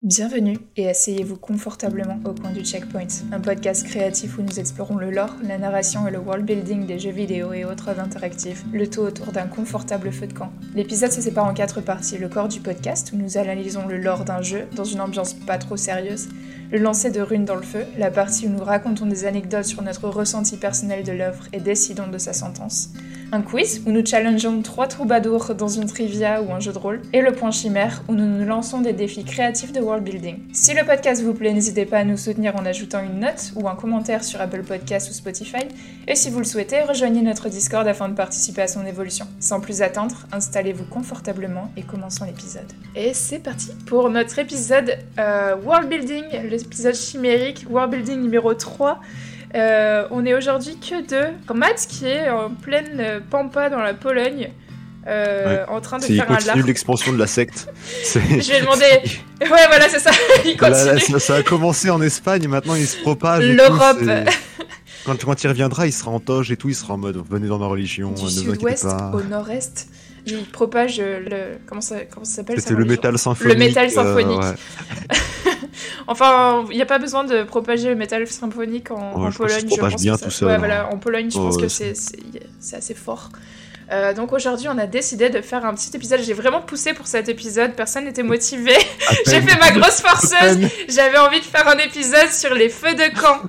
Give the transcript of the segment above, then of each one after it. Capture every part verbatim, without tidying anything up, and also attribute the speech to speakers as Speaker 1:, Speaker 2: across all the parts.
Speaker 1: Bienvenue et asseyez-vous confortablement au coin du Checkpoint, un podcast créatif où nous explorons le lore, la narration et le world building des jeux vidéo et autres œuvres interactives, le tout autour d'un confortable feu de camp. L'épisode se sépare en quatre parties, le corps du podcast où nous analysons le lore d'un jeu dans une ambiance pas trop sérieuse, le lancer de runes dans le feu, la partie où nous racontons des anecdotes sur notre ressenti personnel de l'œuvre et décidons de sa sentence, un quiz où nous challengeons trois troubadours dans une trivia ou un jeu de rôle, et le point chimère où nous nous lançons des défis créatifs de world building. Si le podcast vous plaît, n'hésitez pas à nous soutenir en ajoutant une note ou un commentaire sur Apple Podcasts ou Spotify, et si vous le souhaitez, rejoignez notre Discord afin de participer à son évolution. Sans plus attendre, installez-vous confortablement et commençons l'épisode. Et c'est parti pour notre épisode euh, world building, l'épisode chimérique, world building numéro trois. Euh, on est aujourd'hui que deux. Matt qui est en pleine pampa dans la Pologne, euh, ouais. en train de
Speaker 2: c'est,
Speaker 1: faire un large.
Speaker 2: Il continue l'expansion de la secte.
Speaker 1: C'est... Je vais demander. Ouais, voilà, c'est ça. Il continue.
Speaker 2: Là, là, ça, ça a commencé en Espagne, maintenant il se propage.
Speaker 1: L'Europe.
Speaker 2: Tout, quand, quand il reviendra, il sera en toge et tout, il sera en mode venez dans ma religion.
Speaker 1: Du
Speaker 2: ne
Speaker 1: sud-ouest
Speaker 2: pas.
Speaker 1: au nord-est. Il propage le. Comment ça, comment ça s'appelle
Speaker 2: C'était
Speaker 1: ça,
Speaker 2: le métal symphonique.
Speaker 1: Le métal symphonique.
Speaker 2: Euh, ouais.
Speaker 1: Enfin, il n'y a pas besoin de propager le métal symphonique en,
Speaker 2: ouais,
Speaker 1: en
Speaker 2: je
Speaker 1: Pologne.
Speaker 2: Pense je pense bien
Speaker 1: que
Speaker 2: tout
Speaker 1: ça...
Speaker 2: seul.
Speaker 1: Ouais,
Speaker 2: hein.
Speaker 1: voilà, en Pologne, je oh, pense
Speaker 2: ouais,
Speaker 1: que
Speaker 2: c'est...
Speaker 1: c'est, c'est, c'est assez fort. Euh, donc aujourd'hui, on a décidé de faire un petit épisode. J'ai vraiment poussé pour cet épisode. Personne n'était motivé. J'ai fait ma grosse forceuse. J'avais envie de faire un épisode sur les feux de camp.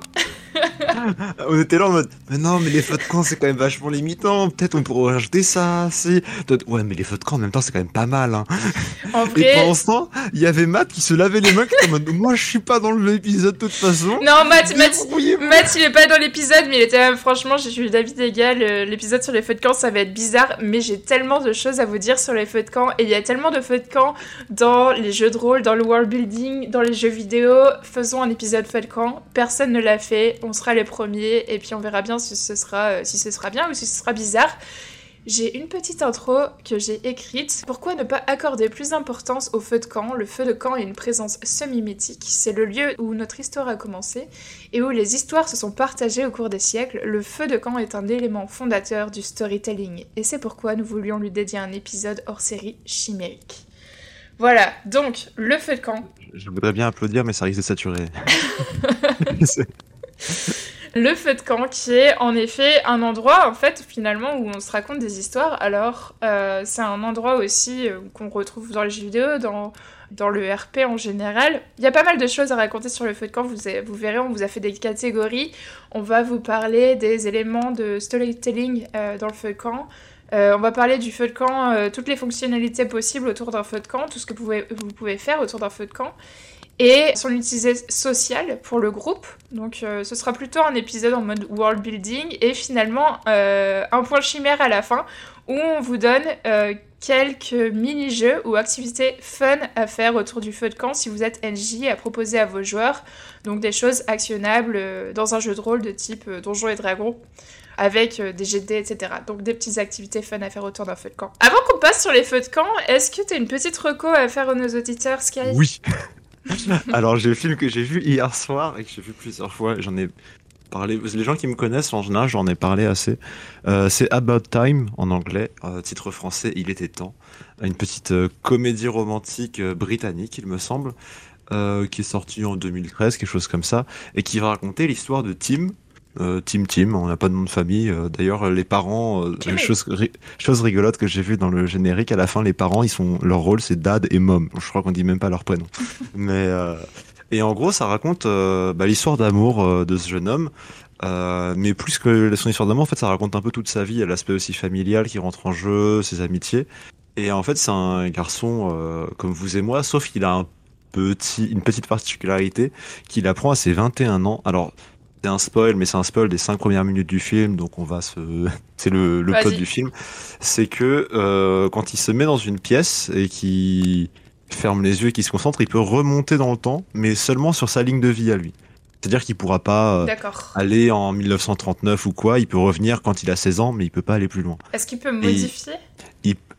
Speaker 2: On était là en mode mais non mais les feux de camp c'est quand même vachement limitant, peut-être on pourrait rajouter ça si ouais mais les feux de camp en même temps c'est quand même pas mal hein.
Speaker 1: En vrai...
Speaker 2: Et pendant ce temps il y avait Matt qui se lavait les mains qui était en mode moi je suis pas dans l'épisode de toute façon.
Speaker 1: Non Matt, Matt, Matt il est pas dans l'épisode mais il était même franchement j'ai eu David égal l'épisode sur les feux de camp ça va être bizarre mais j'ai tellement de choses à vous dire sur les feux de camp et il y a tellement de feux de camp dans les jeux de rôle, dans le world building, dans les jeux vidéo. Faisons un épisode feux de camp, personne ne l'a fait. On sera les premiers et puis on verra bien si ce sera, euh, si ce sera bien ou si ce sera bizarre. J'ai une petite intro que j'ai écrite. Pourquoi ne pas accorder plus d'importance au feu de camp ? Le feu de camp est une présence semi-mythique. C'est le lieu où notre histoire a commencé et où les histoires se sont partagées au cours des siècles. Le feu de camp est un élément fondateur du storytelling. Et c'est pourquoi nous voulions lui dédier un épisode hors série chimérique. Voilà, donc le feu de camp.
Speaker 2: Je voudrais bien applaudir mais ça risque de saturer.
Speaker 1: Le feu de camp qui est en effet un endroit en fait finalement où on se raconte des histoires. Alors euh, c'est un endroit aussi euh, qu'on retrouve dans les jeux vidéo, dans, dans le R P en général. Il y a pas mal de choses à raconter sur le feu de camp, vous, avez, vous verrez on vous a fait des catégories. On va vous parler des éléments de storytelling euh, dans le feu de camp. Euh, on va parler du feu de camp, euh, toutes les fonctionnalités possibles autour d'un feu de camp, tout ce que vous pouvez, vous pouvez faire autour d'un feu de camp. Et son utilisation sociale pour le groupe. Donc euh, ce sera plutôt un épisode en mode world building et finalement euh, un point chimère à la fin où on vous donne euh, quelques mini-jeux ou activités fun à faire autour du feu de camp si vous êtes N J à proposer à vos joueurs. Donc des choses actionnables euh, dans un jeu de rôle de type euh, Donjons et Dragons avec euh, des G D, et cetera. Donc des petites activités fun à faire autour d'un feu de camp. Avant qu'on passe sur les feux de camp, est-ce que tu as une petite reco à faire à nos auditeurs, Sky ?
Speaker 2: Oui. Alors j'ai le film que j'ai vu hier soir et que j'ai vu plusieurs fois, j'en ai parlé, les gens qui me connaissent en général j'en ai parlé assez, euh, c'est About Time en anglais, euh, titre français Il était temps, une petite euh, comédie romantique euh, britannique il me semble, euh, qui est sortie en deux mille treize, quelque chose comme ça, et qui va raconter l'histoire de Tim. Euh, Tim Tim, on n'a pas de nom de famille. Euh, d'ailleurs, les parents, euh, chose, ri- chose rigolote que j'ai vue dans le générique, à la fin, les parents, ils sont, leur rôle, c'est Dad et Mom. Je crois qu'on dit même pas leur prénom. Mais euh, et en gros, ça raconte euh, bah, l'histoire d'amour euh, de ce jeune homme. Euh, mais plus que son histoire d'amour, en fait, ça raconte un peu toute sa vie, l'aspect aussi familial qui rentre en jeu, ses amitiés. Et en fait, c'est un garçon euh, comme vous et moi, sauf qu'il a un petit, une petite particularité qu'il apprend à ses vingt et un ans. Alors c'est un spoil, mais c'est un spoil des cinq premières minutes du film, donc on va se... c'est le, le plot du film. C'est que euh, quand il se met dans une pièce et qu'il ferme les yeux et qu'il se concentre, il peut remonter dans le temps, mais seulement sur sa ligne de vie à lui. C'est-à-dire qu'il pourra pas euh, aller en mille neuf cent trente-neuf ou quoi, il peut revenir quand il a seize ans, mais il peut pas aller plus loin.
Speaker 1: Est-ce qu'il peut modifier ?
Speaker 2: il...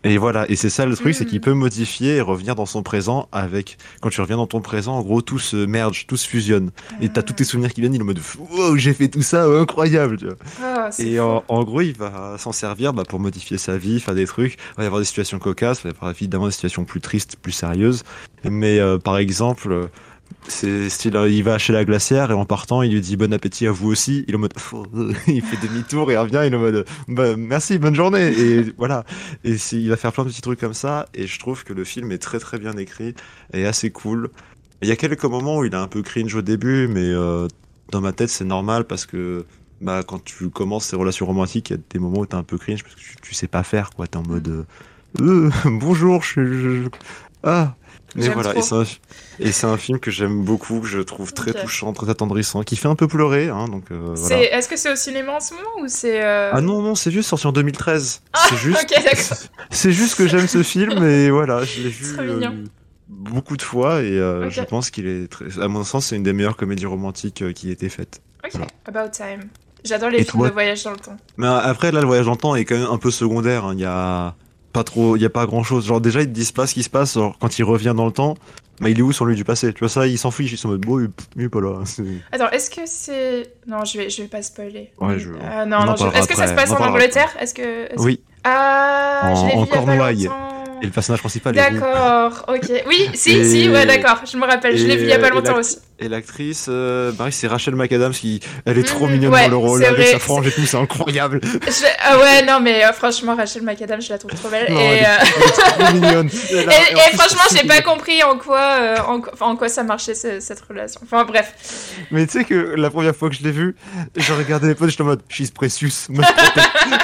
Speaker 2: Et voilà, et c'est ça le truc,
Speaker 1: Mm.
Speaker 2: c'est qu'il peut modifier et revenir dans son présent avec. Quand tu reviens dans ton présent, en gros, tout se merge, tout se fusionne. Et t'as tous tes souvenirs qui viennent, il est en mode wow, j'ai fait tout ça, incroyable, tu vois.
Speaker 1: Ah, c'est
Speaker 2: Et
Speaker 1: fou.
Speaker 2: en, en gros, il va s'en servir bah, pour modifier sa vie, faire des trucs. Il va y avoir des situations cocasses, il va y avoir évidemment des situations plus tristes, plus sérieuses. Mais euh, par exemple, euh, c'est style, euh, il va chez la glacière et en partant, il lui dit bon appétit à vous aussi. Il est en mode, il fait demi-tour et il revient, il est en mode bah, merci, bonne journée. Et voilà. Et c'est- il va faire plein de petits trucs comme ça. Et je trouve que le film est très très bien écrit et assez cool. Il y a quelques moments où il est un peu cringe au début, mais euh, dans ma tête, c'est normal parce que bah, quand tu commences ces relations romantiques, il y a des moments où t'es un peu cringe parce que tu, tu sais pas faire, quoi. T'es en mode euh, Euh, bonjour, je, je- je- ah. Mais
Speaker 1: J'aime
Speaker 2: voilà,
Speaker 1: trop.
Speaker 2: et c'est un, et c'est un film que j'aime beaucoup, que je trouve très
Speaker 1: Ok.
Speaker 2: touchant, très attendrissant, qui fait un peu pleurer, hein, donc euh,
Speaker 1: C'est...
Speaker 2: voilà.
Speaker 1: Est-ce que c'est au cinéma en ce moment ou c'est... euh,
Speaker 2: Ah non, non, c'est juste sorti en deux mille treize.
Speaker 1: Ah,
Speaker 2: C'est juste,
Speaker 1: ok, d'accord.
Speaker 2: c'est juste que j'aime ce film et voilà, je l'ai vu
Speaker 1: Trop
Speaker 2: euh,
Speaker 1: mignon.
Speaker 2: beaucoup de fois et euh,
Speaker 1: Ok.
Speaker 2: je pense qu'il est très, à mon sens, c'est une des meilleures comédies romantiques euh, qui ait été faite.
Speaker 1: Ok,
Speaker 2: Voilà.
Speaker 1: About Time. J'adore les
Speaker 2: Et
Speaker 1: films
Speaker 2: toi
Speaker 1: de voyage dans le temps.
Speaker 2: Mais euh, après, là, le voyage dans le temps est quand même un peu secondaire. hein. Il y a pas trop, il y a pas grand chose. Genre, déjà, ils te disent pas ce qui se passe. Genre, quand il revient dans le temps, bah, il est où son lui du passé? Tu vois ça, il s'en fiche. Ils sont en mode, bon, il, il est pas là. C'est-
Speaker 1: Attends, est-ce que c'est... Non, je vais, je vais pas spoiler.
Speaker 2: Ouais, je-
Speaker 1: Euh,
Speaker 2: on
Speaker 1: non,
Speaker 2: en
Speaker 1: non, je-
Speaker 2: parlera
Speaker 1: est-ce que ça se
Speaker 2: après,
Speaker 1: passe
Speaker 2: on en
Speaker 1: en
Speaker 2: parlera
Speaker 1: Angleterre? Est-ce que... est-ce-
Speaker 2: Oui,
Speaker 1: Ah, je
Speaker 2: en,
Speaker 1: l'ai
Speaker 2: en
Speaker 1: vu il y a pas
Speaker 2: Cornouailles.
Speaker 1: longtemps.
Speaker 2: Et le personnage principal est roux.
Speaker 1: D'accord, ok. Oui, si,
Speaker 2: Et-
Speaker 1: si, ouais, d'accord, je me rappelle, je l'ai
Speaker 2: et,
Speaker 1: vu il y a pas
Speaker 2: euh, et
Speaker 1: longtemps
Speaker 2: l'act-
Speaker 1: aussi.
Speaker 2: Et l'actrice, euh, pareil, c'est Rachel McAdams qui, elle est trop
Speaker 1: Mhm,
Speaker 2: mignonne
Speaker 1: ouais,
Speaker 2: dans le rôle,
Speaker 1: c'est
Speaker 2: avec
Speaker 1: vrai,
Speaker 2: sa frange et tout, c'est incroyable.
Speaker 1: Je- Ah ouais, non, mais euh, franchement, Rachel McAdams, je la trouve trop belle.
Speaker 2: Non,
Speaker 1: et,
Speaker 2: elle, est,
Speaker 1: euh,
Speaker 2: elle est trop mignonne.
Speaker 1: et,
Speaker 2: Elle a- et en
Speaker 1: et
Speaker 2: plus,
Speaker 1: franchement,
Speaker 2: c'est-
Speaker 1: j'ai pas compris en quoi, euh, en, quoi- enfin, en quoi ça marchait ce- cette relation. Enfin bref.
Speaker 2: Mais tu sais que la première fois que je l'ai vu, j'ai regardé les potes, j'étais en mode, she's precious. Moi, je protège.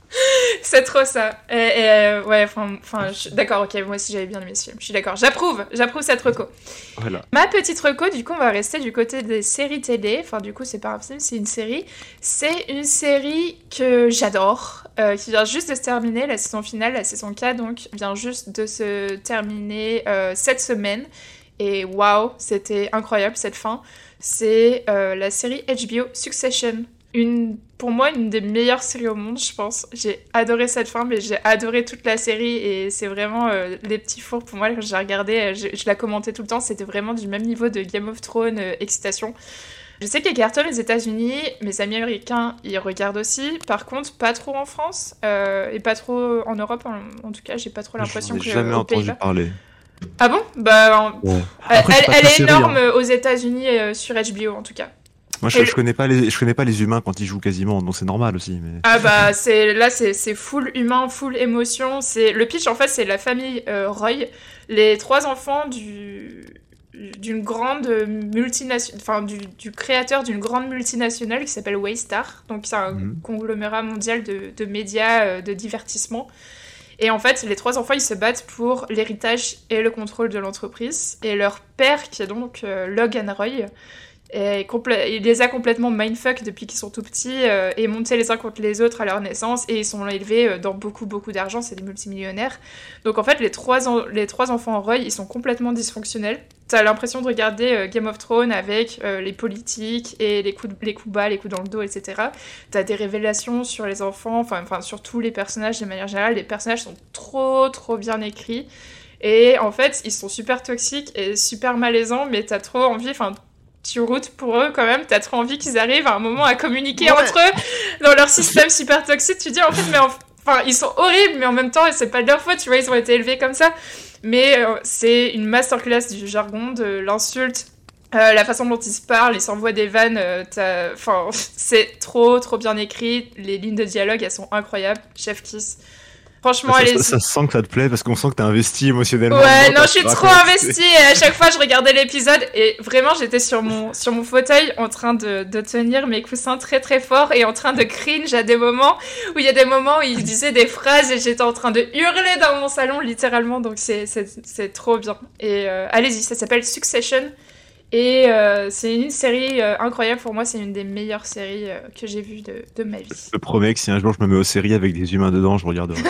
Speaker 1: C'est trop ça. Et, et, euh, ouais, enfin, enfin, je- d'accord, ok, moi aussi j'avais bien aimé ce film. Je suis d'accord, j'approuve, j'approuve cette reco.
Speaker 2: Voilà.
Speaker 1: Ma petite reco, du coup, on va rester du côté des séries télé. Enfin, du coup, c'est pas un film, c'est une série. C'est une série que j'adore, euh, qui vient juste de se terminer. La saison finale, la saison quatre, donc, vient juste de se terminer euh, cette semaine. Et waouh, c'était incroyable cette fin. C'est euh, la série H B O Succession. Une, pour moi, une des meilleures séries au monde, je pense. J'ai adoré cette fin, mais j'ai adoré toute la série et c'est vraiment euh, les petits fours pour moi. Quand j'ai regardé, euh, je, je la commentais tout le temps. C'était vraiment du même niveau de Game of Thrones, euh, excitation. Je sais qu'elle cartonne aux États-Unis, mes amis américains y regardent aussi. Par contre, pas trop en France euh, et pas trop en Europe. En, en tout cas, j'ai pas trop l'impression
Speaker 2: J'en ai
Speaker 1: que
Speaker 2: jamais
Speaker 1: aux
Speaker 2: entendu
Speaker 1: Pays-Bas.
Speaker 2: parler.
Speaker 1: Ah bon? Bah, en-
Speaker 2: Ouais.
Speaker 1: elle,
Speaker 2: Après, je suis
Speaker 1: elle-
Speaker 2: pas
Speaker 1: elle
Speaker 2: très
Speaker 1: est
Speaker 2: série,
Speaker 1: énorme
Speaker 2: hein.
Speaker 1: euh, aux États-Unis euh, sur H B O en tout cas.
Speaker 2: Moi, je,
Speaker 1: Et
Speaker 2: je
Speaker 1: le-
Speaker 2: connais pas les, je connais pas les humains quand ils jouent quasiment, donc c'est normal aussi. Mais
Speaker 1: Ah bah c'est là c'est c'est full humain, full émotion. C'est le pitch en fait, c'est la famille euh, Roy, les trois enfants du d'une grande multinationale, enfin du, du créateur d'une grande multinationale qui s'appelle Waystar. Donc c'est un
Speaker 2: Mhm.
Speaker 1: conglomérat mondial de, de médias, euh, de divertissement. Et en fait, les trois enfants, ils se battent pour l'héritage et le contrôle de l'entreprise. Et leur père, qui est donc euh, Logan Roy, est complè- il les a complètement mindfuck depuis qu'ils sont tout petits euh, et montés les uns contre les autres à leur naissance. Et ils sont élevés euh, dans beaucoup, beaucoup d'argent. C'est des multimillionnaires. Donc en fait, les trois, en- les trois enfants Roy, ils sont complètement dysfonctionnels. T'as l'impression de regarder euh, Game of Thrones avec euh, les politiques et les coups, de- les coups bas, les coups dans le dos, et cetera. T'as des révélations sur les enfants, enfin, enfin sur tous les personnages de manière générale. Les personnages sont trop, trop bien écrits. Et en fait, ils sont super toxiques et super malaisants, mais t'as trop envie, enfin, tu routes pour eux quand même, t'as trop envie qu'ils arrivent à un moment à communiquer
Speaker 2: Ouais.
Speaker 1: entre eux dans leur système super toxique. Tu dis en fait, mais en- enfin, ils sont horribles, mais en même temps, c'est pas de leur faute, tu vois, ils ont été élevés comme ça. Mais euh, c'est une masterclass du jargon, de l'insulte, euh, la façon dont ils se parlent, ils s'envoient des vannes, euh, t'as- enfin, c'est trop, trop bien écrit. Les lignes de dialogue, elles sont incroyables. Chef Kiss. Franchement,
Speaker 2: ça,
Speaker 1: allez-y.
Speaker 2: ça, ça se sent que ça te plaît parce qu'on sent que t'es investi émotionnellement.
Speaker 1: Ouais,
Speaker 2: dedans
Speaker 1: non,
Speaker 2: quand
Speaker 1: je suis
Speaker 2: tu
Speaker 1: trop
Speaker 2: racontes.
Speaker 1: investie et à chaque fois je regardais l'épisode et vraiment j'étais sur mon, sur mon fauteuil en train de, de tenir mes coussins très très fort et en train de cringe à des moments où il y a des moments où il disait des phrases et j'étais en train de hurler dans mon salon littéralement, donc c'est, c'est, c'est trop bien. Et euh, allez-y, ça s'appelle Succession et euh, c'est une série euh, incroyable pour moi, c'est une des meilleures séries euh, que j'ai vues de, de ma vie.
Speaker 2: Je te promets que si un jour je me mets aux séries avec des humains dedans, je regarderai.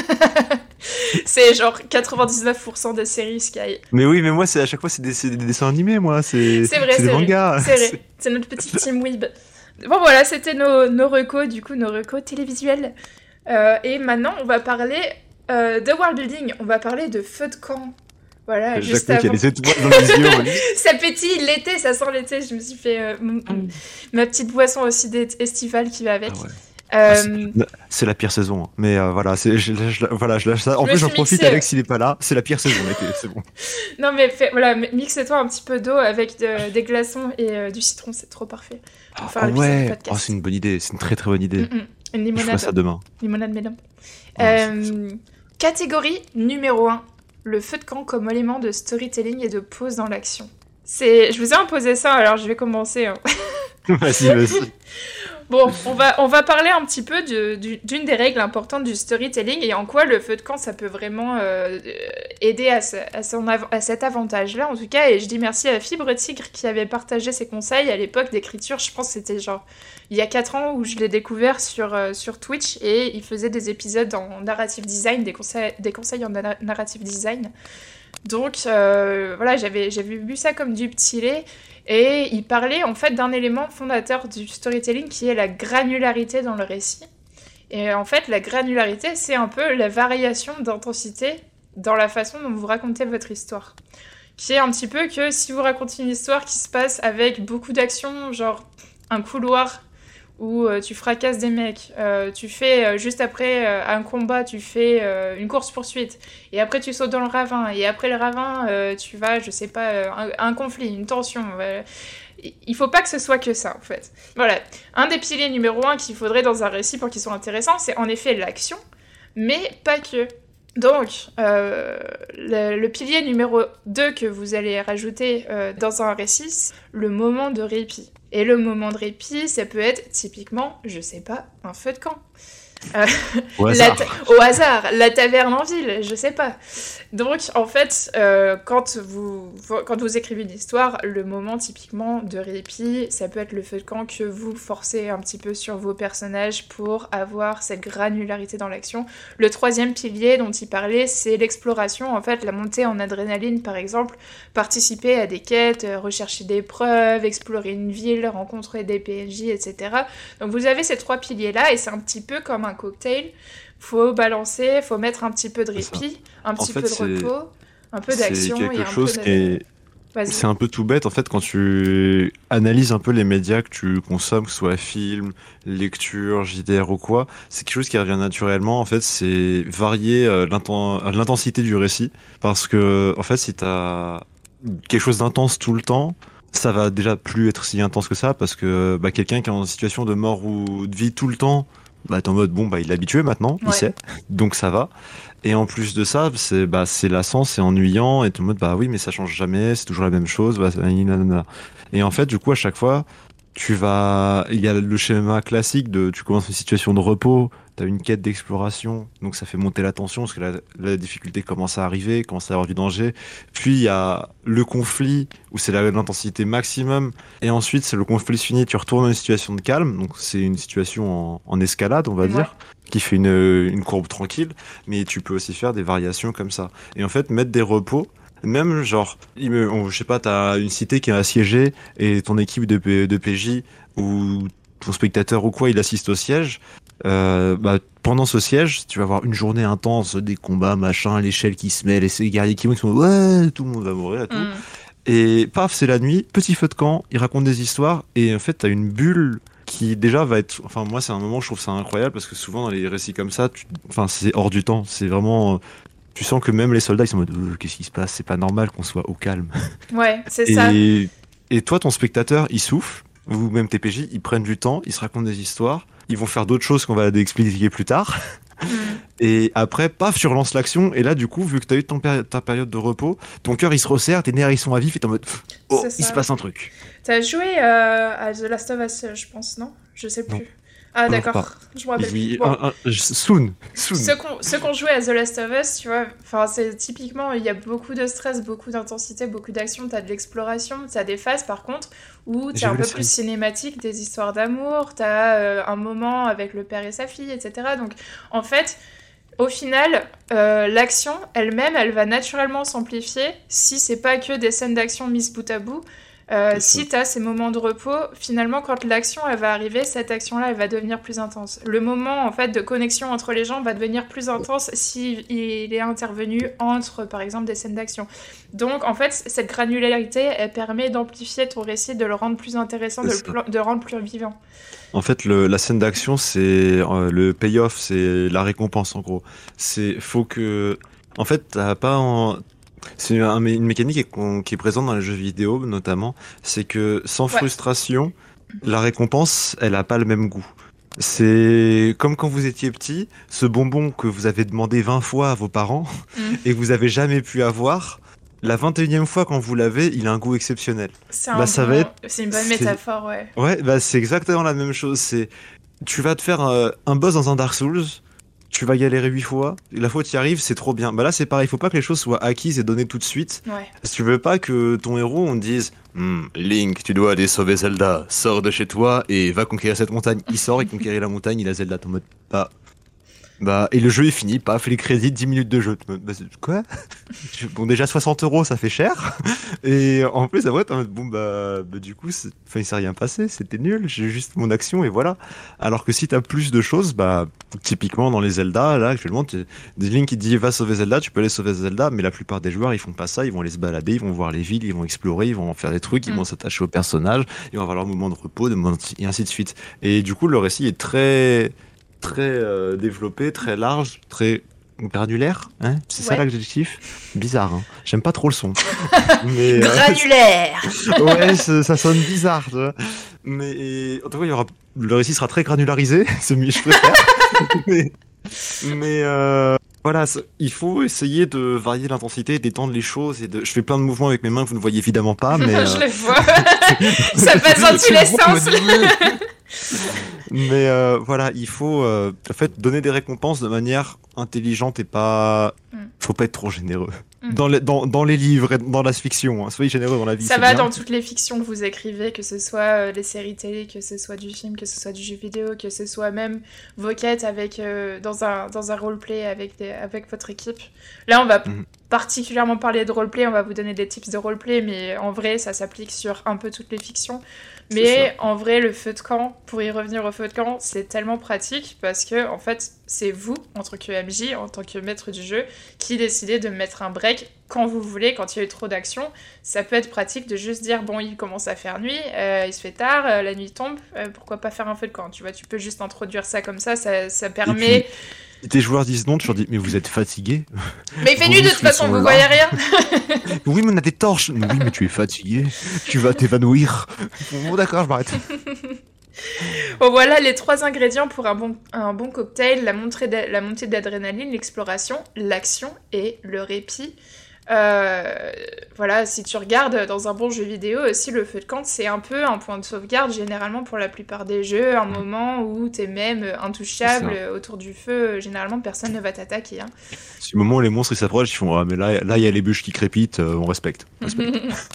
Speaker 1: C'est genre quatre-vingt-dix-neuf pour cent des séries Sky.
Speaker 2: Mais oui, mais moi, c'est à chaque fois, c'est des, c'est des dessins animés, moi. C'est
Speaker 1: C'est vrai,
Speaker 2: c'est
Speaker 1: c'est
Speaker 2: des
Speaker 1: vrai.
Speaker 2: mangas.
Speaker 1: C'est vrai, c'est notre petite team Weeb. Bon voilà, c'était nos, nos recos, du coup nos recos télévisuels. Euh, et maintenant, on va parler euh, de world building, on va parler de feu de camp. Voilà,
Speaker 2: Jacques
Speaker 1: juste
Speaker 2: qui a
Speaker 1: avant.
Speaker 2: les étoiles dans les yeux. oui.
Speaker 1: Ça pétille l'été, ça sent l'été. Je me suis fait euh, m- m- ma petite boisson aussi estivale qui va avec.
Speaker 2: Ah ouais.
Speaker 1: Euh,
Speaker 2: Ah, c'est... c'est la pire saison, hein. mais euh, voilà, c'est, je, je, voilà, je lâche ça. En
Speaker 1: Je me
Speaker 2: plus, j'en
Speaker 1: suis
Speaker 2: profite,
Speaker 1: mixée.
Speaker 2: Alex, il est pas là. C'est la pire saison, l'été, c'est bon.
Speaker 1: Non mais fais- voilà, mi- mixe-toi un petit peu d'eau avec de- des glaçons et euh, du citron, c'est trop parfait. Pour faire
Speaker 2: Ah
Speaker 1: l'épisode
Speaker 2: ouais,
Speaker 1: podcast.
Speaker 2: oh, c'est une bonne idée, c'est une très très bonne idée.
Speaker 1: Mm-mm. Une
Speaker 2: Je ferai
Speaker 1: limonade,
Speaker 2: ça demain.
Speaker 1: limonade melon.
Speaker 2: Ouais,
Speaker 1: Euh, catégorie numéro un, le feu de camp comme élément de storytelling et de pause dans l'action. C'est, je vous ai imposé ça, alors je vais commencer. Hein.
Speaker 2: vas-y, vas-y.
Speaker 1: Bon, on va, on va parler un petit peu de- du- d'une des règles importantes du storytelling et en quoi le feu de camp, ça peut vraiment euh, aider à, ce- à, son av- à cet avantage-là, en tout cas. Et je dis merci à Fibre Tigre qui avait partagé ses conseils à l'époque d'écriture. Je pense que c'était genre il y a quatre ans où je l'ai découvert sur, euh, sur Twitch et il faisait des épisodes en narrative design, des conseils, des conseils en na- narrative design. Donc euh, voilà, j'avais, j'avais vu ça comme du petit lait. Et il parlait en fait d'un élément fondateur du storytelling qui est la granularité dans le récit. Et en fait, la granularité, c'est un peu la variation d'intensité dans la façon dont vous racontez votre histoire. Qui est un petit peu que si vous racontez une histoire qui se passe avec beaucoup d'actions, genre un couloir où euh, tu fracasses des mecs, euh, tu fais euh, juste après euh, un combat, tu fais euh, une course-poursuite, et après tu sautes dans le ravin, et après le ravin, euh, tu vas, je sais pas, euh, un, un conflit, une tension. Euh, il faut pas que ce soit que ça, en fait. Voilà. Un des piliers numéro un qu'il faudrait dans un récit pour qu'il soit intéressant, c'est en effet l'action, mais pas que. Donc, euh, le, le pilier numéro deux que vous allez rajouter euh, dans un récit, c'est le moment de répit. Et le moment de répit, ça peut être typiquement, je sais pas, un feu de camp. Euh,
Speaker 2: Au
Speaker 1: la
Speaker 2: hasard.
Speaker 1: ta- au hasard, la taverne en ville, je sais pas. Donc, en fait, euh, quand, vous, quand vous écrivez une histoire, le moment typiquement de répit, ça peut être le feu de camp que vous forcez un petit peu sur vos personnages pour avoir cette granularité dans l'action. Le troisième pilier dont il parlait, c'est l'exploration, en fait, la montée en adrénaline, par exemple, participer à des quêtes, euh, rechercher des preuves, explorer une ville, rencontrer des P N J, et cetera. Donc, vous avez ces trois piliers-là, et c'est un petit peu comme un cocktail. Faut balancer, faut mettre un petit peu de répit, un petit
Speaker 2: fait,
Speaker 1: peu de
Speaker 2: c'est-
Speaker 1: repos, un peu
Speaker 2: C'est
Speaker 1: d'action et
Speaker 2: quelque
Speaker 1: un
Speaker 2: chose
Speaker 1: peu de...
Speaker 2: qui est...
Speaker 1: Vas-y.
Speaker 2: C'est un peu tout bête en fait quand tu analyses un peu les médias que tu consommes, que ce soit film, lecture, J D R ou quoi, c'est quelque chose qui revient naturellement en fait, c'est varier euh, l'inten- l'intensité du récit parce que en fait si t'as quelque chose d'intense tout le temps, ça va déjà plus être si intense que ça parce que bah, quelqu'un qui est en situation de mort ou de vie tout le temps, bah t'es en mode bon bah il est habitué maintenant, il
Speaker 1: Ouais.
Speaker 2: sait, donc ça va. Et en plus de ça, c'est bah c'est lassant, c'est ennuyant et tout le monde bah oui mais ça change jamais, c'est toujours la même chose. Bah, ça- nanana. Et en fait du coup à chaque fois tu vas, il y a le schéma classique de tu commences une situation de repos, t'as une quête d'exploration, donc ça fait monter la tension parce que la, la difficulté commence à arriver, commence à avoir du danger. Puis il y a le conflit où c'est la- l'intensité maximum et ensuite c'est le conflit se finit, tu retournes dans une situation de calme, donc c'est une situation en, en escalade on va
Speaker 1: Ouais.
Speaker 2: dire, qui fait une, une courbe tranquille, mais tu peux aussi faire des variations comme ça. Et en fait mettre des repos. Même genre, il me, on- je sais pas, t'as une cité qui est assiégée et ton équipe de, P- de P J ou ton spectateur ou quoi, il assiste au siège. Euh, bah, pendant ce siège, tu vas avoir une journée intense, des combats, machin, l'échelle qui se met, les ces guerriers qui montent, qui font ouais, tout le monde va mourir et tout.
Speaker 1: Mm.
Speaker 2: Et paf, c'est la nuit, petit feu de camp, ils racontent des histoires et en fait, t'as une bulle qui déjà va être. Enfin, moi, c'est un moment, je trouve ça incroyable parce que souvent dans les récits comme ça, tu... enfin, c'est hors du temps, c'est vraiment. Tu sens que même les soldats ils sont en mode Euh, qu'est-ce qui se passe, c'est pas normal qu'on soit au calme.
Speaker 1: Ouais, c'est ça.
Speaker 2: Et, et toi ton spectateur il souffle, ou même tes P J ils prennent du temps, ils se racontent des histoires, ils vont faire d'autres choses qu'on va expliquer plus tard.
Speaker 1: Mm.
Speaker 2: Et après paf tu relances l'action et là du coup vu que t'as eu ton péri- ta période de repos, ton cœur il se resserre, tes nerfs ils sont à vif et t'es en mode oh
Speaker 1: C'est
Speaker 2: il
Speaker 1: ça.
Speaker 2: se passe un truc.
Speaker 1: T'as joué euh, à The Last of Us, je pense, non? Je sais plus.
Speaker 2: Non.
Speaker 1: Ah
Speaker 2: Non,
Speaker 1: d'accord,
Speaker 2: pas.
Speaker 1: je me rappelle
Speaker 2: Oui,
Speaker 1: plus. Bon.
Speaker 2: un- un- soon, soon.
Speaker 1: Ceux qu'on ceux qu'on jouait à The Last of Us, tu vois, enfin c'est typiquement il y a beaucoup de stress, beaucoup d'intensité, beaucoup d'action, t'as de l'exploration, t'as des phases par contre où
Speaker 2: J'ai
Speaker 1: t'es un
Speaker 2: vu
Speaker 1: peu
Speaker 2: la
Speaker 1: plus
Speaker 2: série.
Speaker 1: cinématique, des histoires d'amour, t'as euh, un moment avec le père et sa fille, et cetera. Donc en fait, au final, euh, l'action elle-même, elle va naturellement s'amplifier si c'est pas que des scènes d'action mises bout à bout. Euh, si tu as ces moments de repos, finalement, quand l'action elle va arriver, cette action-là, elle va devenir plus intense. Le moment en fait de connexion entre les gens va devenir plus intense s'il il est intervenu entre, par exemple, des scènes d'action. Donc, en fait, cette granularité, elle permet d'amplifier ton récit, de le rendre plus intéressant, de le, pl- de le rendre plus vivant.
Speaker 2: En fait, le, la scène d'action, c'est euh, le payoff, c'est la récompense en gros. C'est faut que, en fait, t'as pas en... C'est un, une mécanique qui est, qui est présente dans les jeux vidéo notamment, c'est que sans ouais. frustration, la récompense, elle a pas le même goût. C'est comme quand vous étiez petit, ce bonbon que vous avez demandé vingt fois à vos parents mm. et que vous avez jamais pu avoir. La vingt et unième fois quand vous l'avez, il a un goût exceptionnel.
Speaker 1: C'est, bah, ça bon... va être... c'est une bonne c'est... métaphore, ouais.
Speaker 2: Ouais, bah c'est exactement la même chose. C'est, tu vas te faire un, un boss dans un Dark Souls, tu vas galérer huit fois, la fois où tu y arrives, c'est trop bien. Bah là, c'est pareil, il faut pas que les choses soient acquises et données tout de suite.
Speaker 1: Ouais.
Speaker 2: Parce que tu veux pas que ton héros, on te dise hm, Link, tu dois aller sauver Zelda, sors de chez toi et va conquérir cette montagne. Il sort, il conquérit la montagne, il a Zelda, t'es en mode bah. Bah, et le jeu est fini, paf, les crédits, dix minutes de jeu. Bah, quoi? Bon, déjà soixante euros, ça fait cher. Et en plus, après, t'es en mode, bon, bah, bah du coup, c'est... Enfin, il s'est rien passé, c'était nul, j'ai juste mon action et voilà. Alors que si t'as plus de choses, bah, typiquement dans les Zelda, là, actuellement, t'es... Link qui dit va sauver Zelda, tu peux aller sauver Zelda, mais la plupart des joueurs, ils font pas ça, ils vont aller se balader, ils vont voir les villes, ils vont explorer, ils vont faire des trucs, ils mm. vont s'attacher aux personnages, ils vont avoir leur moment de repos, de... et ainsi de suite. Et du coup, le récit est très. très euh, développé, très large, très granulaire, hein, c'est ouais. ça l'adjectif. Bizarre, hein. J'aime pas trop le son.
Speaker 1: Mais, granulaire.
Speaker 2: Euh, ouais, ça, ça sonne bizarre, tu vois. Mais en tout cas, il y aura le récit sera très granularisé, c'est mieux, je préfère. mais mais euh, voilà, il faut essayer de varier l'intensité, d'étendre les choses et de. Je fais plein de mouvements avec mes mains que vous ne voyez évidemment pas, mais euh...
Speaker 1: je les vois. Ça passe dans tous les sens.
Speaker 2: Mais euh, voilà, il faut euh, en fait donner des récompenses de manière intelligente et pas. Mm. Faut pas être trop généreux. Mm. Dans, les, dans, dans les livres et dans la fiction, hein. Soyez généreux dans la vie.
Speaker 1: Ça va
Speaker 2: bien.
Speaker 1: Dans toutes les fictions que vous écrivez, que ce soit euh, les séries télé, que ce soit du film, que ce soit du jeu vidéo, que ce soit même vos quêtes avec, euh, dans, un, dans un roleplay avec, des, avec votre équipe. Là, on va mm. particulièrement parler de roleplay, on va vous donner des tips de roleplay, mais en vrai, ça s'applique sur un peu toutes les fictions. Mais en vrai, le feu de camp, pour y revenir au feu de camp, c'est tellement pratique parce que, en fait, c'est vous, en tant que M J, en tant que maître du jeu, qui décidez de mettre un break quand vous voulez, quand il y a eu trop d'action. Ça peut être pratique de juste dire, bon, il commence à faire nuit, euh, il se fait tard, euh, la nuit tombe, euh, pourquoi pas faire un feu de camp, tu vois, tu peux juste introduire ça comme ça, ça, ça permet...
Speaker 2: Si tes joueurs disent non, tu leur dis mais vous êtes fatigué.
Speaker 1: Mais il fait nuit de toute façon, vous voyez rien.
Speaker 2: Oui, mais on a des torches. Oui, mais tu es fatigué. Tu vas t'évanouir. Bon, d'accord, je m'arrête.
Speaker 1: Bon, voilà les trois ingrédients pour un bon, un bon cocktail, la montée, de, la montée d'adrénaline, l'exploration, l'action et le répit. Euh, voilà, si tu regardes dans un bon jeu vidéo aussi, le feu de camp, c'est un peu un point de sauvegarde généralement pour la plupart des jeux, un moment où t'es même intouchable autour du feu, généralement personne ne va t'attaquer. Hein.
Speaker 2: C'est le moment où les monstres ils s'approchent, ils font ah mais là là il y a les bûches qui crépitent, euh, on respecte. On respecte.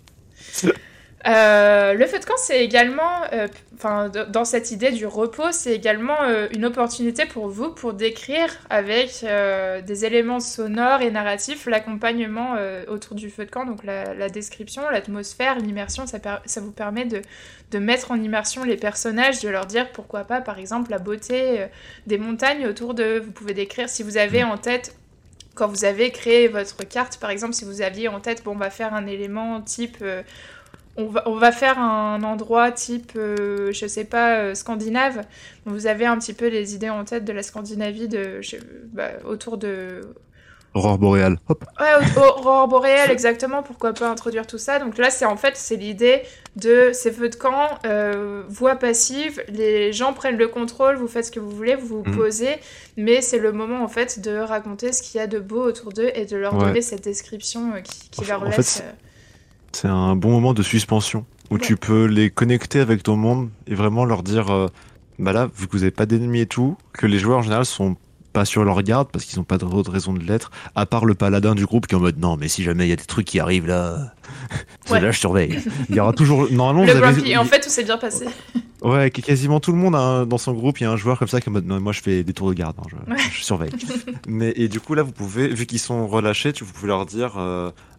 Speaker 1: Euh, le feu de camp, c'est également, enfin, euh, dans cette idée du repos, c'est également euh, une opportunité pour vous pour décrire avec euh, des éléments sonores et narratifs l'accompagnement euh, autour du feu de camp, donc la, la description, l'atmosphère, l'immersion, ça, per- ça vous permet de, de mettre en immersion les personnages, de leur dire pourquoi pas, par exemple, la beauté euh, des montagnes autour de. Vous pouvez décrire si vous avez en tête. Quand vous avez créé votre carte, par exemple, si vous aviez en tête, bon, on va faire un élément type. Euh, On va, on va faire un endroit type, euh, je sais pas, euh, scandinave. Vous avez un petit peu les idées en tête de la Scandinavie de, je, bah, autour de...
Speaker 2: Aurore boréale, hop.
Speaker 1: Ouais, aurore boréale, exactement. Pourquoi pas introduire tout ça. Donc là, c'est en fait, c'est l'idée de ces feux de camp, euh, voie passive. Les gens prennent le contrôle, vous faites ce que vous voulez, vous vous mmh. posez. Mais c'est le moment, en fait, de raconter ce qu'il y a de beau autour d'eux et de leur ouais. donner cette description euh, qui, qui leur
Speaker 2: en
Speaker 1: laisse...
Speaker 2: Fait, c'est un bon moment de suspension où ouais. tu peux les connecter avec ton monde et vraiment leur dire euh, bah là, vu que vous n'avez pas d'ennemis et tout, que les joueurs en général sont pas sur leur garde parce qu'ils n'ont pas de raison de l'être, à part le paladin du groupe qui est en mode non, mais si jamais il y a des trucs qui arrivent là, ouais. là je surveille. Il y aura toujours. Normalement,
Speaker 1: le
Speaker 2: vous
Speaker 1: grumpy,
Speaker 2: avez...
Speaker 1: en fait, tout s'est bien passé.
Speaker 2: Ouais, quasiment tout le monde a, dans son groupe, il y a un joueur comme ça qui est en mode non, moi je fais des tours de garde, hein, je, ouais. je surveille. Mais et du coup là, vous pouvez, vu qu'ils sont relâchés, tu, vous pouvez leur dire. Euh,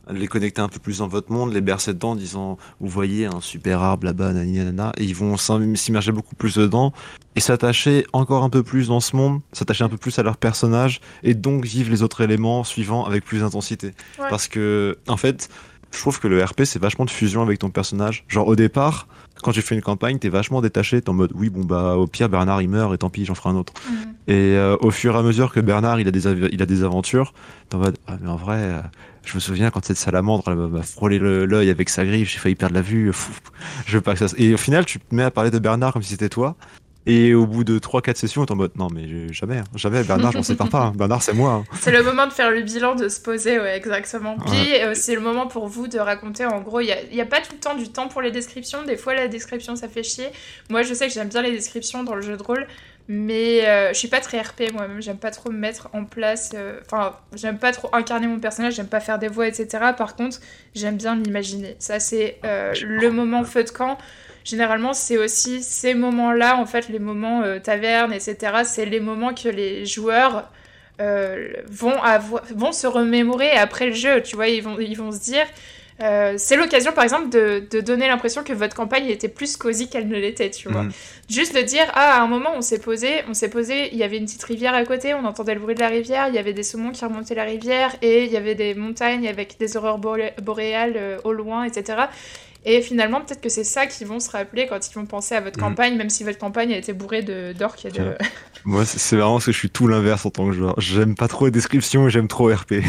Speaker 2: les connecter un peu plus dans votre monde, les bercer dedans en disant vous voyez un super arbre là-bas, nani nanana, et ils vont s'im- s'immerger beaucoup plus dedans et s'attacher encore un peu plus dans ce monde, s'attacher un peu plus à leur personnage et donc vivre les autres éléments suivants avec plus d'intensité.
Speaker 1: Ouais.
Speaker 2: Parce que en fait, je trouve que le R P c'est vachement de fusion avec ton personnage. Genre au départ, quand tu fais une campagne, t'es vachement détaché, t'es en mode oui bon bah au pire Bernard il meurt et tant pis j'en ferai un autre.
Speaker 1: Mhm.
Speaker 2: Et euh, au fur et à mesure que Bernard il a des, av- il a des aventures, t'es en mode ah mais en vrai, euh, je me souviens quand cette salamandre elle m'a m'a frôlé le- l'œil avec sa griffe, j'ai failli perdre la vue. Fou, je veux pas que ça. se- Et au final tu te mets à parler de Bernard comme si c'était toi. Et au bout de trois quatre sessions, t'es en mode non mais je- jamais, hein, jamais Bernard, j'en sépare pas. hein. Bernard c'est moi. hein.
Speaker 1: C'est le moment de faire le bilan, de se poser, ouais, exactement. Puis
Speaker 2: Ouais.
Speaker 1: euh, c'est le moment pour vous de raconter, en gros, il n'y a, il y a pas tout le temps du temps pour les descriptions, des fois la description ça fait chier. Moi je sais que j'aime bien les descriptions dans le jeu de rôle, mais euh, je suis pas très R P moi-même, j'aime pas trop me mettre en place, euh, enfin j'aime pas trop incarner mon personnage, j'aime pas faire des voix, et cetera. Par contre, j'aime bien m'imaginer. Ça c'est euh, le moment feu de camp. Généralement, c'est aussi ces moments-là, en fait, les moments euh, taverne, et cetera. C'est les moments que les joueurs euh, vont, avoir, vont se remémorer après le jeu. Tu vois, ils vont, ils vont se dire. Euh, c'est l'occasion, par exemple, de, de donner l'impression que votre campagne était plus cosy qu'elle ne l'était, tu vois.
Speaker 2: Mm.
Speaker 1: Juste de dire, ah, à un moment, on s'est posé, on s'est posé, il y avait une petite rivière à côté, on entendait le bruit de la rivière, il y avait des saumons qui remontaient la rivière, et il y avait des montagnes avec des aurores boré- boréales euh, au loin, et cetera. Et finalement, peut-être que c'est ça qu'ils vont se rappeler quand ils vont penser à votre
Speaker 2: Mm.
Speaker 1: campagne, même si votre campagne a été bourrée de, d'orques et de...
Speaker 2: Ouais. Moi c'est c'est marrant parce que je suis tout l'inverse en tant que joueur. J'aime pas trop les descriptions et j'aime trop R P.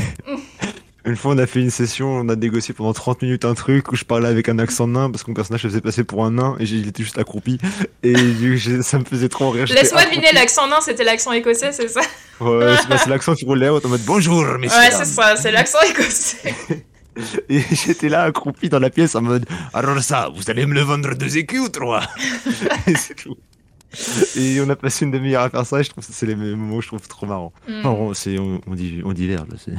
Speaker 2: Une fois, on a fait une session, on a négocié pendant trente minutes un truc où je parlais avec un accent nain parce que mon personnage se faisait passer pour un nain et j'ai- il était juste accroupi. Et du coup, j'ai- ça me faisait trop rire. j'étais
Speaker 1: Laisse-moi
Speaker 2: accroupi.
Speaker 1: deviner, l'accent nain, c'était l'accent écossais, c'est ça?
Speaker 2: Ouais, c'est bah, c'est l'accent qui roulait en mode bonjour, messieurs.
Speaker 1: Ouais,
Speaker 2: dames.
Speaker 1: c'est ça, c'est l'accent écossais.
Speaker 2: Et j'étais là accroupi dans la pièce en mode alors ça, vous allez me le vendre deux écus ou trois? Et c'est tout. Et on a passé une demi-heure à faire ça et je trouve que c'est les moments que je trouve trop marrants.
Speaker 1: Mm.
Speaker 2: Enfin, on, c'est, on, on, dit, on diverge. là, c'est-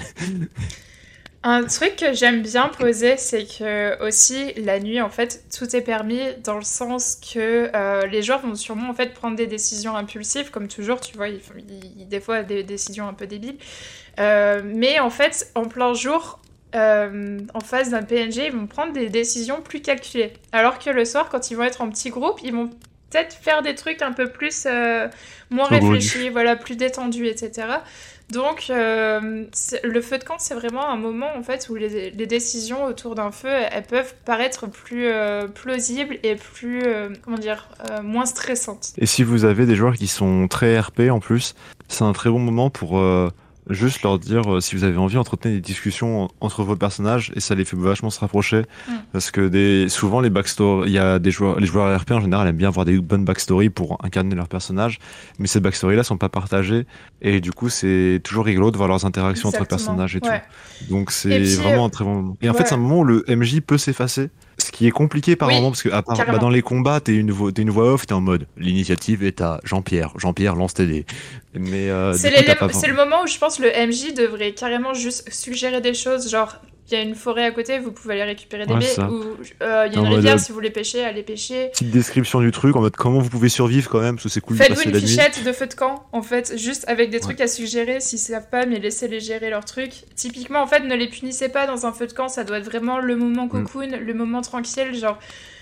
Speaker 1: Un truc que j'aime bien poser, c'est que aussi la nuit, en fait, tout est permis dans le sens que euh, les joueurs vont sûrement en fait prendre des décisions impulsives, comme toujours, tu vois, ils, font- ils- des fois des décisions un peu débiles. Euh, mais en fait, en plein jour, euh, en face d'un P N G, ils vont prendre des décisions plus calculées. Alors que le soir, quand ils vont être en petits groupes, ils vont peut-être faire des trucs un peu plus euh, moins
Speaker 2: Plus
Speaker 1: réfléchis, voilà, plus détendus, et cetera. Donc, euh, c'est- le feu de camp, c'est vraiment un moment en fait où les, les décisions autour d'un feu, elles peuvent paraître plus euh, plausibles et plus, euh, comment dire, euh, moins stressantes.
Speaker 2: Et si vous avez des joueurs qui sont très R P en plus, c'est un très bon moment pour euh, juste leur dire euh, si vous avez envie d'entretenir des discussions en- entre vos personnages et ça les fait vachement se rapprocher.
Speaker 1: Mm.
Speaker 2: Parce que des, souvent les backstories, il y a des joueurs, les joueurs R P en général aiment bien avoir des bonnes backstories pour incarner leurs personnages, mais ces backstories là sont pas partagées et du coup c'est toujours rigolo de voir leurs interactions entre
Speaker 1: Exactement,
Speaker 2: personnages et
Speaker 1: ouais.
Speaker 2: tout. Donc c'est
Speaker 1: Et puis,
Speaker 2: vraiment
Speaker 1: euh,
Speaker 2: un très bon moment. Et en
Speaker 1: ouais.
Speaker 2: fait c'est un moment où le M J peut s'effacer. Ce qui est compliqué par
Speaker 1: Oui,
Speaker 2: moment, parce que à part,
Speaker 1: carrément.
Speaker 2: bah, dans les combats, t'es une, vo- t'es une voix off, t'es en mode l'initiative est à Jean-Pierre. Jean-Pierre lance tes dés. Mais euh,
Speaker 1: C'est
Speaker 2: du coup,
Speaker 1: les-
Speaker 2: t'as pas
Speaker 1: c'est le moment où je pense le M J devrait carrément juste suggérer des choses, genre il y a une forêt à côté, vous pouvez aller récupérer des
Speaker 2: Ouais,
Speaker 1: baies,
Speaker 2: ça.
Speaker 1: ou euh, il y a
Speaker 2: En
Speaker 1: une
Speaker 2: mode,
Speaker 1: rivière,
Speaker 2: euh,
Speaker 1: si vous voulez pêcher, allez pêcher.
Speaker 2: petite description du truc, en mode comment vous pouvez survivre quand même, parce que c'est cool de
Speaker 1: Faites-vous
Speaker 2: passer
Speaker 1: une
Speaker 2: la nuit.
Speaker 1: fichette de feu de camp, en fait, juste avec des
Speaker 2: Ouais.
Speaker 1: trucs à suggérer, s'ils savent pas, mais laissez-les gérer leurs trucs. Typiquement, en fait, ne les punissez pas dans un feu de camp, ça doit être vraiment le moment cocoon, le moment tranquille, genre...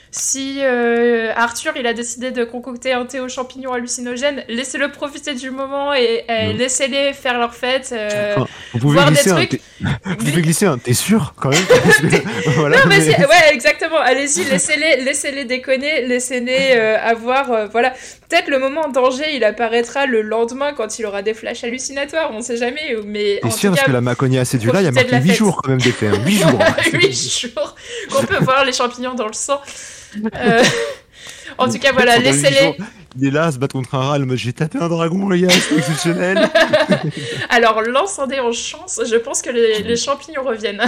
Speaker 1: Si euh, Arthur il a décidé de concocter un thé aux champignons hallucinogènes, laissez-le profiter du moment et, et
Speaker 2: Mm.
Speaker 1: laissez-les faire leur fête. euh,
Speaker 2: Enfin, vous pouvez
Speaker 1: voir des
Speaker 2: glisser un.
Speaker 1: trucs.
Speaker 2: t'es- Vous pouvez glisser un. T'es sûr quand même Parce que- Voilà,
Speaker 1: Non, mais
Speaker 2: mais-
Speaker 1: c'est- ouais, exactement. Allez-y, laissez-les, laissez-les déconner, laissez-les euh, avoir, euh, voilà. Peut-être le moment en danger, il apparaîtra le lendemain quand il aura des flashs hallucinatoires, on sait jamais. Mais
Speaker 2: T'es
Speaker 1: en
Speaker 2: sûr
Speaker 1: tout
Speaker 2: parce
Speaker 1: cas,
Speaker 2: que la Maconia Acédula, il y a
Speaker 1: profitez de
Speaker 2: marqué
Speaker 1: la
Speaker 2: huit
Speaker 1: fête.
Speaker 2: jours quand même d'effet. hein. huit jours. hein.
Speaker 1: huit jours qu'on peut voir les champignons dans le sang. Euh, En tout cas, voilà,
Speaker 2: Pendant huit
Speaker 1: laissez-les.
Speaker 2: jours, Il est là à se battre contre un rat, le mode j'ai tapé un dragon, les gars, c'est exceptionnel.
Speaker 1: Alors, lance un dé en chance, je pense que les, les champignons reviennent.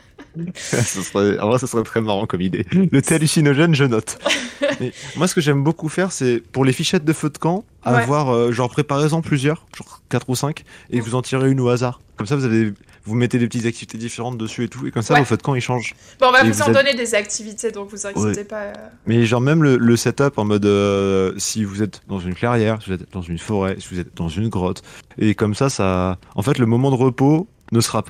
Speaker 2: Ça serait, en vrai, ça serait très marrant comme idée. Le thé hallucinogène, je note. Mais moi, ce que j'aime beaucoup faire, c'est pour les fichettes de feu de camp,
Speaker 1: Ouais.
Speaker 2: avoir euh, genre préparez-en plusieurs, genre quatre ou cinq, et vous en tirez une au hasard. Comme ça, vous avez, vous mettez des petites activités différentes dessus et tout, et comme ça,
Speaker 1: Ouais.
Speaker 2: vos feux de camp ils changent.
Speaker 1: Bon, on va
Speaker 2: Et
Speaker 1: vous,
Speaker 2: vous
Speaker 1: en
Speaker 2: êtes-
Speaker 1: donner des activités, donc vous inquiétez
Speaker 2: Ouais.
Speaker 1: pas. euh.
Speaker 2: Mais genre même le, le setup en mode euh, si vous êtes dans une clairière, si vous êtes dans une forêt, si vous êtes dans une grotte, et comme ça, ça, en fait, le moment de repos ne sera pas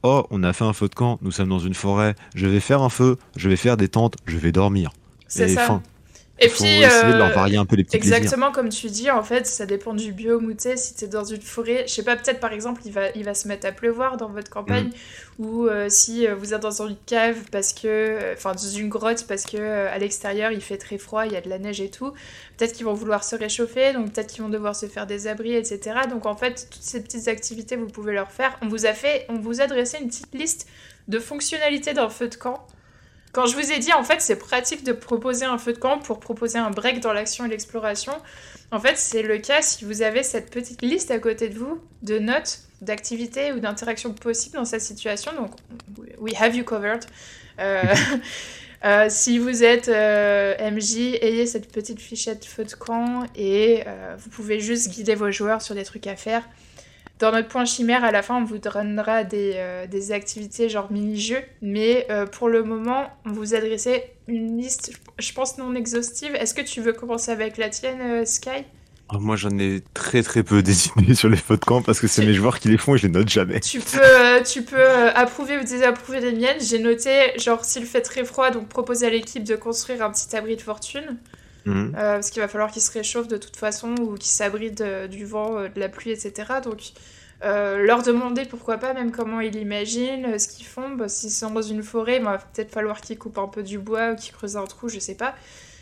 Speaker 2: oh, on a fait un feu de camp, nous sommes dans une forêt, je vais faire un feu, je vais faire des tentes, je vais dormir.
Speaker 1: C'est
Speaker 2: et
Speaker 1: ça.
Speaker 2: Fin.
Speaker 1: Et
Speaker 2: Il faut
Speaker 1: puis,
Speaker 2: essayer
Speaker 1: euh,
Speaker 2: de leur varier un peu les petits
Speaker 1: exactement
Speaker 2: plaisirs.
Speaker 1: comme tu dis, en fait, ça dépend du biome où tu sais. Si tu es dans une forêt, je sais pas, peut-être par exemple, il va, il va se mettre à pleuvoir dans votre campagne,
Speaker 2: Mm.
Speaker 1: ou euh, si euh, vous êtes dans une cave parce que, enfin, dans une grotte parce que euh, à l'extérieur il fait très froid, il y a de la neige et tout. Peut-être qu'ils vont vouloir se réchauffer, donc peut-être qu'ils vont devoir se faire des abris, et cetera. Donc en fait, toutes ces petites activités, vous pouvez leur faire. On vous a fait, on vous a dressé une petite liste de fonctionnalités d'un feu de camp. Quand je vous ai dit, en fait, c'est pratique de proposer un feu de camp pour proposer un break dans l'action et l'exploration. En fait, c'est le cas si vous avez cette petite liste à côté de vous de notes, d'activités ou d'interactions possibles dans cette situation. Donc, we have you covered. Euh, euh, si vous êtes euh, M J, ayez cette petite fichette feu de camp et euh, vous pouvez juste guider vos joueurs sur des trucs à faire. Dans notre point chimère, à la fin, on vous donnera des, euh, des activités genre mini-jeux, mais euh, pour le moment, on vous adressait une liste, je pense, non exhaustive. Est-ce que tu veux commencer avec la tienne, euh, Sky ?
Speaker 2: Oh, moi, j'en ai très très peu des idées sur les feux de camp parce que c'est
Speaker 1: Tu-
Speaker 2: mes joueurs qui les font et je les note jamais.
Speaker 1: Tu peux, euh, tu peux euh, approuver ou désapprouver les miennes. J'ai noté, genre, s'il fait très froid, donc proposer à l'équipe de construire un petit abri de fortune.
Speaker 2: Mhm.
Speaker 1: Euh, parce qu'il va falloir qu'ils se réchauffent de toute façon ou qu'ils s'abritent de- du vent, euh, de la pluie, et cetera. Donc, euh, leur demander pourquoi pas, même comment ils l'imaginent, euh, ce qu'ils font. Bah, s'ils sont dans une forêt, il va peut-être falloir qu'ils coupent un peu du bois ou qu'ils creusent un trou, je sais pas.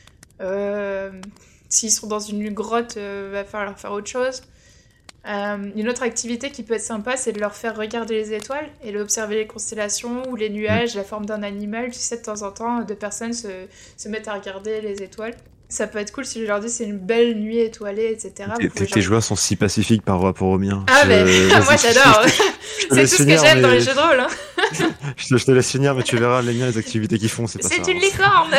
Speaker 1: Euh, S'ils sont dans une grotte, il va falloir faire autre chose. Euh, une autre activité qui peut être sympa, c'est de leur faire regarder les étoiles et d'observer les constellations ou les nuages, la forme d'un animal. Tu sais, de temps en temps, deux personnes se, se mettent à regarder les étoiles. Ça peut être cool si je leur dis c'est une belle nuit étoilée, et cetera.
Speaker 2: Tes,
Speaker 1: Vous pouvez
Speaker 2: tes- tes
Speaker 1: genre-
Speaker 2: joueurs sont si pacifiques par rapport aux miens.
Speaker 1: Ah,
Speaker 2: Je-
Speaker 1: mais moi j'adore!
Speaker 2: je te
Speaker 1: C'est
Speaker 2: laisse
Speaker 1: tout ce que
Speaker 2: finir,
Speaker 1: j'aime dans
Speaker 2: mais-
Speaker 1: les jeux de rôle. Hein.
Speaker 2: Je te, je te laisse finir, mais tu verras les miens, les activités qu'ils font, c'est pas ça.
Speaker 1: C'est une
Speaker 2: hein.
Speaker 1: licorne!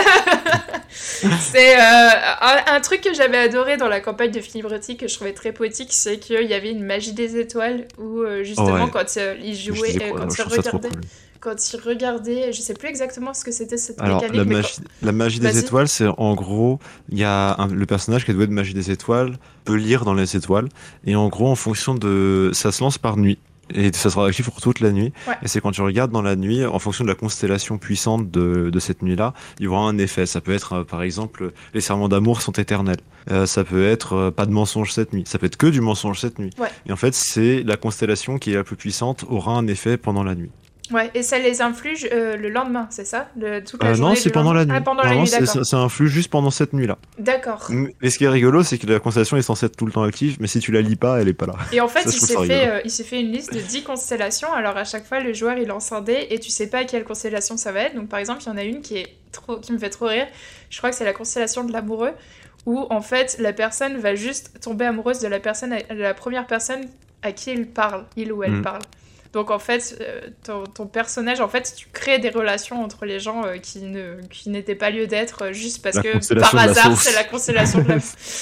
Speaker 1: C'est euh, un, un truc que j'avais adoré dans la campagne de Finibretti que je trouvais très poétique, c'est qu'il y avait une magie des étoiles où euh, justement
Speaker 2: Oh ouais.
Speaker 1: quand euh, ils
Speaker 2: Je
Speaker 1: jouaient,
Speaker 2: disais
Speaker 1: euh,
Speaker 2: quoi,
Speaker 1: quand
Speaker 2: je
Speaker 1: ils
Speaker 2: trouve ça trop
Speaker 1: regardaient,
Speaker 2: cool.
Speaker 1: quand ils regardaient, je sais plus exactement ce que c'était cette
Speaker 2: Alors,
Speaker 1: mécanique,
Speaker 2: la
Speaker 1: mais
Speaker 2: magie, la magie des
Speaker 1: Vas-y.
Speaker 2: étoiles, c'est en gros, il y a un- le personnage qui est doué de magie des étoiles peut lire dans les étoiles, et en gros, en fonction de, ça se lance par nuit. Et ça sera actif pour toute la nuit.
Speaker 1: Ouais.
Speaker 2: Et c'est quand tu regardes dans la nuit, en fonction de la constellation puissante de, de cette nuit-là, il y aura un effet. Ça peut être, euh, par exemple, les serments d'amour sont éternels. Euh, ça peut être euh, pas de mensonge cette nuit. Ça peut être que du mensonge cette nuit.
Speaker 1: Ouais.
Speaker 2: Et en fait, c'est la constellation qui est la plus puissante aura un effet pendant la nuit.
Speaker 1: Ouais, et ça les inflige euh, le lendemain, c'est ça? Le, toute la
Speaker 2: Euh,
Speaker 1: journée
Speaker 2: non,
Speaker 1: du
Speaker 2: c'est pendant la
Speaker 1: lendemain
Speaker 2: nuit.
Speaker 1: Ah, pendant la
Speaker 2: Normalement,
Speaker 1: nuit,
Speaker 2: c'est-
Speaker 1: d'accord.
Speaker 2: ça, ça influe juste pendant cette nuit-là.
Speaker 1: D'accord.
Speaker 2: Mais ce qui est rigolo, c'est que la constellation est censée être tout le temps active, mais si tu la lis pas, elle est pas là.
Speaker 1: Et en fait,
Speaker 2: Ça, je
Speaker 1: il
Speaker 2: trouve
Speaker 1: s'est
Speaker 2: ça
Speaker 1: fait,
Speaker 2: rigolo.
Speaker 1: euh, il s'est fait une liste de dix constellations. Alors à chaque fois, le joueur il lance un dé et tu sais pas à quelle constellation ça va être. Donc par exemple, il y en a une qui est trop, qui me fait trop rire. Je crois que c'est la constellation de l'amoureux, où en fait la personne va juste tomber amoureuse de la personne, à- de la première personne à qui il parle, il ou elle
Speaker 2: Mm.
Speaker 1: parle. Donc en fait, euh, ton, ton personnage, en fait, tu crées des relations entre les gens euh, qui ne, qui n'étaient pas lieu d'être euh, juste parce
Speaker 2: La
Speaker 1: que
Speaker 2: constellation
Speaker 1: par
Speaker 2: de la
Speaker 1: hasard
Speaker 2: sauce.
Speaker 1: c'est la constellation de la.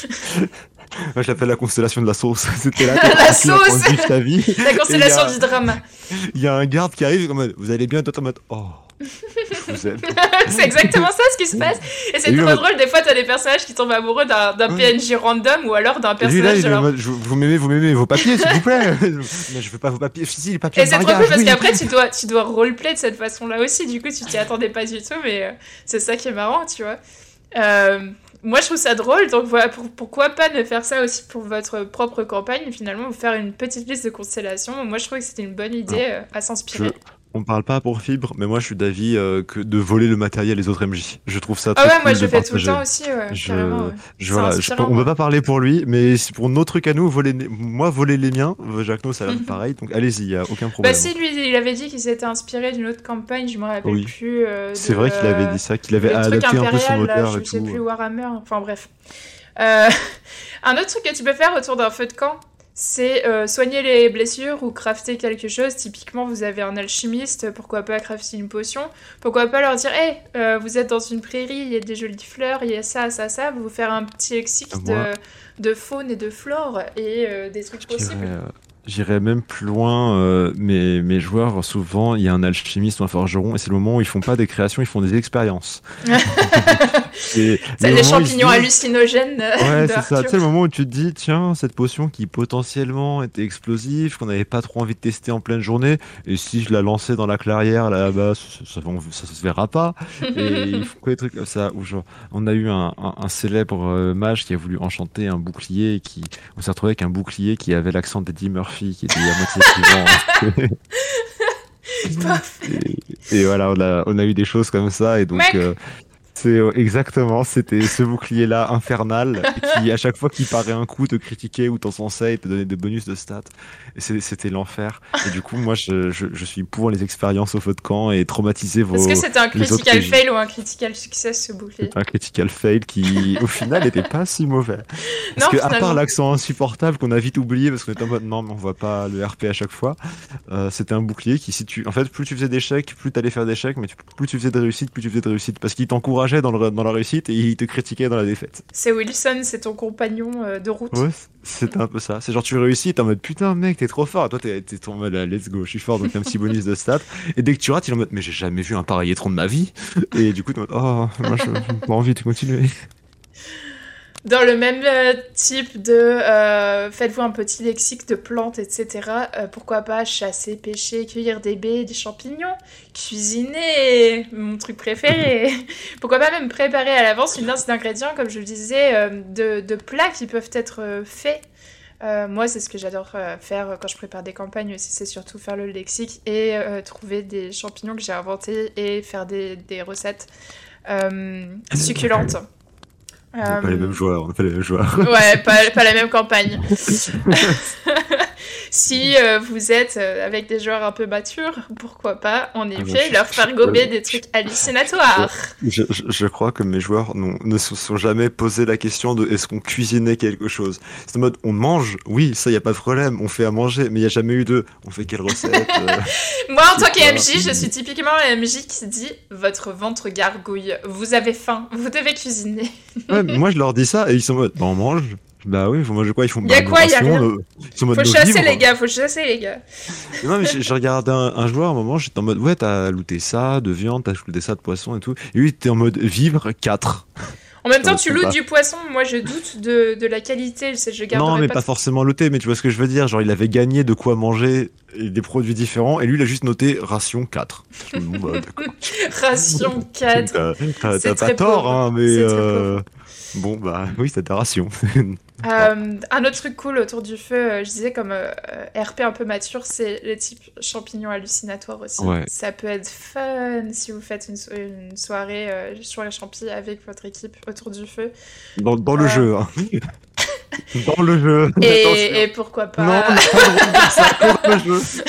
Speaker 2: Moi, je l'appelle la constellation de la sauce. C'était là,
Speaker 1: La
Speaker 2: t'es tranquille,
Speaker 1: sauce.
Speaker 2: apprendre à vivre ta vie.
Speaker 1: La constellation
Speaker 2: Et il y a-
Speaker 1: du drama.
Speaker 2: Il y a un garde qui arrive, comme vous allez bien, toi, t'es en mode, oh, je vous aime.
Speaker 1: C'est exactement ça ce qui se passe. Et c'est
Speaker 2: Et lui,
Speaker 1: trop
Speaker 2: en mode-
Speaker 1: drôle, des fois t'as des personnages qui tombent amoureux d'un d'un
Speaker 2: Ouais.
Speaker 1: P N J random ou alors d'un
Speaker 2: Et lui, là,
Speaker 1: personnage
Speaker 2: il
Speaker 1: de
Speaker 2: est en
Speaker 1: leur...
Speaker 2: mode, je- vous m'aimez, vous m'aimez vos papiers, s'il vous plaît. Mais je veux pas vos papiers. Si, si, les papiers
Speaker 1: Et
Speaker 2: de
Speaker 1: c'est trop
Speaker 2: mariage,
Speaker 1: cool parce
Speaker 2: oui.
Speaker 1: qu'après tu dois, tu dois roleplay de cette façon-là aussi, du coup tu t'y attendais pas du tout, mais euh, c'est ça qui est marrant, tu vois. Euh, moi je trouve ça drôle, donc voilà, pour- pourquoi pas ne faire ça aussi pour votre propre campagne, finalement, vous faire une petite liste de constellations. Moi je trouve que c'était une bonne idée euh, à s'inspirer.
Speaker 2: Je- On parle pas pour fibre, mais moi, je suis d'avis euh, que de voler le matériel des autres M J. Je trouve ça
Speaker 1: Ah
Speaker 2: très
Speaker 1: ouais,
Speaker 2: cool
Speaker 1: moi je
Speaker 2: de
Speaker 1: le fais tout le
Speaker 2: partager.
Speaker 1: temps aussi, ouais,
Speaker 2: Je-
Speaker 1: carrément. Ouais.
Speaker 2: Je,
Speaker 1: C'est
Speaker 2: voilà, je-
Speaker 1: inspirant,
Speaker 2: on
Speaker 1: ouais.
Speaker 2: peut pas parler pour lui, mais c'est pour nos trucs à nous, voler, moi voler les miens, Jacques, ça a l'air
Speaker 1: Mhm.
Speaker 2: pareil, donc allez-y, il y a aucun
Speaker 1: Bah
Speaker 2: problème.
Speaker 1: si, lui il avait dit qu'il s'était inspiré d'une autre campagne, je me rappelle
Speaker 2: Oui.
Speaker 1: plus. euh,
Speaker 2: C'est
Speaker 1: de,
Speaker 2: vrai qu'il avait
Speaker 1: euh,
Speaker 2: dit ça, qu'il avait
Speaker 1: le truc
Speaker 2: adapté un peu son
Speaker 1: impérial, là,
Speaker 2: auteur
Speaker 1: je
Speaker 2: et
Speaker 1: sais
Speaker 2: tout.
Speaker 1: plus, Warhammer, enfin bref. Euh, un autre truc que tu peux faire autour d'un feu de camp, c'est euh, soigner les blessures ou crafter quelque chose. Typiquement, vous avez un alchimiste, pourquoi pas crafter une potion. Pourquoi pas leur dire, hé, hey, vous êtes dans une prairie, il y a des jolies fleurs, il y a ça, ça, ça. Vous faire un petit lexique
Speaker 2: Moi-
Speaker 1: de, de faune et de flore et euh, des trucs possibles.
Speaker 2: J'irais, euh, J'irais même plus loin. Euh, mes, mes joueurs, souvent, il y a un alchimiste ou un forgeron, et c'est le moment où ils font pas des créations, ils font des expériences. Et
Speaker 1: C'est
Speaker 2: le
Speaker 1: les
Speaker 2: moment où ils se
Speaker 1: champignons
Speaker 2: disent-
Speaker 1: hallucinogènes euh,
Speaker 2: Ouais,
Speaker 1: de
Speaker 2: c'est ça. Tu
Speaker 1: Arthur.
Speaker 2: sais, le moment où tu te dis, tiens, cette potion qui potentiellement était explosive, qu'on n'avait pas trop envie de tester en pleine journée, et si je la lançais dans la clairière là-bas, ça, ça, ça, ça se verra pas. Et ils font que des trucs comme ça, où genre, on a eu un, un, un célèbre euh, mage qui a voulu enchanter un bouclier, et qui, on s'est retrouvé avec un bouclier qui avait l'accent d'Eddie Murphy, qui était à moitié suivant. et, et voilà, on a, on a eu des choses comme ça, et donc.
Speaker 1: Mec.
Speaker 2: euh, C'est euh, exactement, c'était ce bouclier-là infernal qui, à chaque fois qu'il paraît un coup, te critiquait ou t'encensait et te donnait des bonus de stats. Et c'est- c'était l'enfer. Et du coup, moi, je, je, je suis pour les expériences au feu de camp et traumatiser vos.
Speaker 1: Est-ce que c'était un
Speaker 2: les autres
Speaker 1: critical
Speaker 2: P J.
Speaker 1: fail ou un critical success ce bouclier?
Speaker 2: C'est un critical fail qui, au final, n'était pas si mauvais. Parce
Speaker 1: Non,
Speaker 2: que, à
Speaker 1: finalement.
Speaker 2: part l'accent insupportable qu'on a vite oublié parce qu'on était en mode non, mais on voit pas le R P à chaque fois, euh, c'était un bouclier qui, si tu. En fait, plus tu faisais d'échecs, plus t'allais faire d'échecs, mais tu- plus tu faisais de réussite, plus tu faisais de réussite. Parce qu'il t'encourageait dans, le, dans la réussite et il te critiquait dans la défaite.
Speaker 1: C'est Wilson, c'est ton compagnon euh, de route.
Speaker 2: Ouais, c'était un peu ça. C'est genre, tu réussis, t'es en mode putain, mec, t'es trop fort. Et toi, t'es t'es en mode ah, let's go, je suis fort, donc t'as un petit bonus de stats. Et dès que tu rates, il est en mode mais j'ai jamais vu un pareil étron de ma vie. Et du coup, t'es en mode oh, moi, je- j'ai pas envie de continuer.
Speaker 1: Dans le même euh, type de euh, faites-vous un petit lexique de plantes, et cetera. euh, pourquoi pas chasser, pêcher, cueillir des baies, des champignons, cuisiner, mon truc préféré. Pourquoi pas même préparer à l'avance une liste d'ingrédients, comme je le disais, euh, de, de plats qui peuvent être euh, faits. Euh, moi, c'est ce que j'adore euh, faire quand je prépare des campagnes aussi, c'est surtout faire le lexique et euh, trouver des champignons que j'ai inventés et faire des, des recettes euh, succulentes.
Speaker 2: On n'est pas les mêmes joueurs, on n'est pas les mêmes joueurs.
Speaker 1: Ouais, pas, pas la même campagne. Si euh, vous êtes euh, avec des joueurs un peu matures, pourquoi pas, en effet,
Speaker 2: je-
Speaker 1: leur faire
Speaker 2: je-
Speaker 1: gober
Speaker 2: je-
Speaker 1: des trucs hallucinatoires.
Speaker 2: Je, je, je crois que mes joueurs n'ont- ne se sont jamais posé la question de est-ce qu'on cuisinait quelque chose. C'est en mode on mange, oui, ça y a pas de problème, on fait à manger, mais il y a jamais eu de on fait quelle recette. euh,
Speaker 1: Moi, en
Speaker 2: c'est
Speaker 1: tant qu'M
Speaker 2: pas-
Speaker 1: J, je suis typiquement un M J qui dit « Votre ventre gargouille, vous avez faim, vous devez cuisiner.
Speaker 2: Ouais, mais moi je leur dis ça et ils sont en mode bah on mange. Bah oui, faut manger quoi? Ils font
Speaker 1: Y a
Speaker 2: bah,
Speaker 1: quoi?
Speaker 2: nos
Speaker 1: Y a
Speaker 2: rations,
Speaker 1: rien.
Speaker 2: nos- ils sont en » mode
Speaker 1: Faut
Speaker 2: nos
Speaker 1: chasser
Speaker 2: vivres.
Speaker 1: les gars, faut chasser les gars.
Speaker 2: Non mais j'ai j'ai regardé un, un joueur à un moment, j'étais en mode ouais t'as looté ça de viande, t'as looté ça de poisson et tout. Et lui t'es en mode vivre quatre.
Speaker 1: En même temps,
Speaker 2: Ouais,
Speaker 1: tu
Speaker 2: c'est
Speaker 1: lootes
Speaker 2: pas-
Speaker 1: du poisson, moi je doute de, de la qualité, je je garderai
Speaker 2: Non mais
Speaker 1: pas...
Speaker 2: pas forcément looté, mais tu vois ce que je veux dire. Genre il avait gagné de quoi manger et des produits différents et lui il a juste noté ration quatre. Je me dis, bon, bah, d'accord.
Speaker 1: Ration quatre.
Speaker 2: T'as t'as-
Speaker 1: C'est
Speaker 2: t'as
Speaker 1: très
Speaker 2: pas tort
Speaker 1: pauvre.
Speaker 2: hein, mais
Speaker 1: C'est très
Speaker 2: euh, bon bah oui c'est ta ration.
Speaker 1: Euh, un autre truc cool autour du feu, euh, je disais comme euh, euh, R P un peu mature, c'est le type champignons hallucinatoires aussi.
Speaker 2: Ouais.
Speaker 1: Ça peut être fun si vous faites une, so- une soirée euh, sur les champis avec votre équipe autour du feu.
Speaker 2: Dans, dans le
Speaker 1: Euh.
Speaker 2: jeu. Hein. Dans le jeu. Attention.
Speaker 1: Et, et pourquoi pas...
Speaker 2: Non, on n'a pas le droit de dire ça que dans le jeu.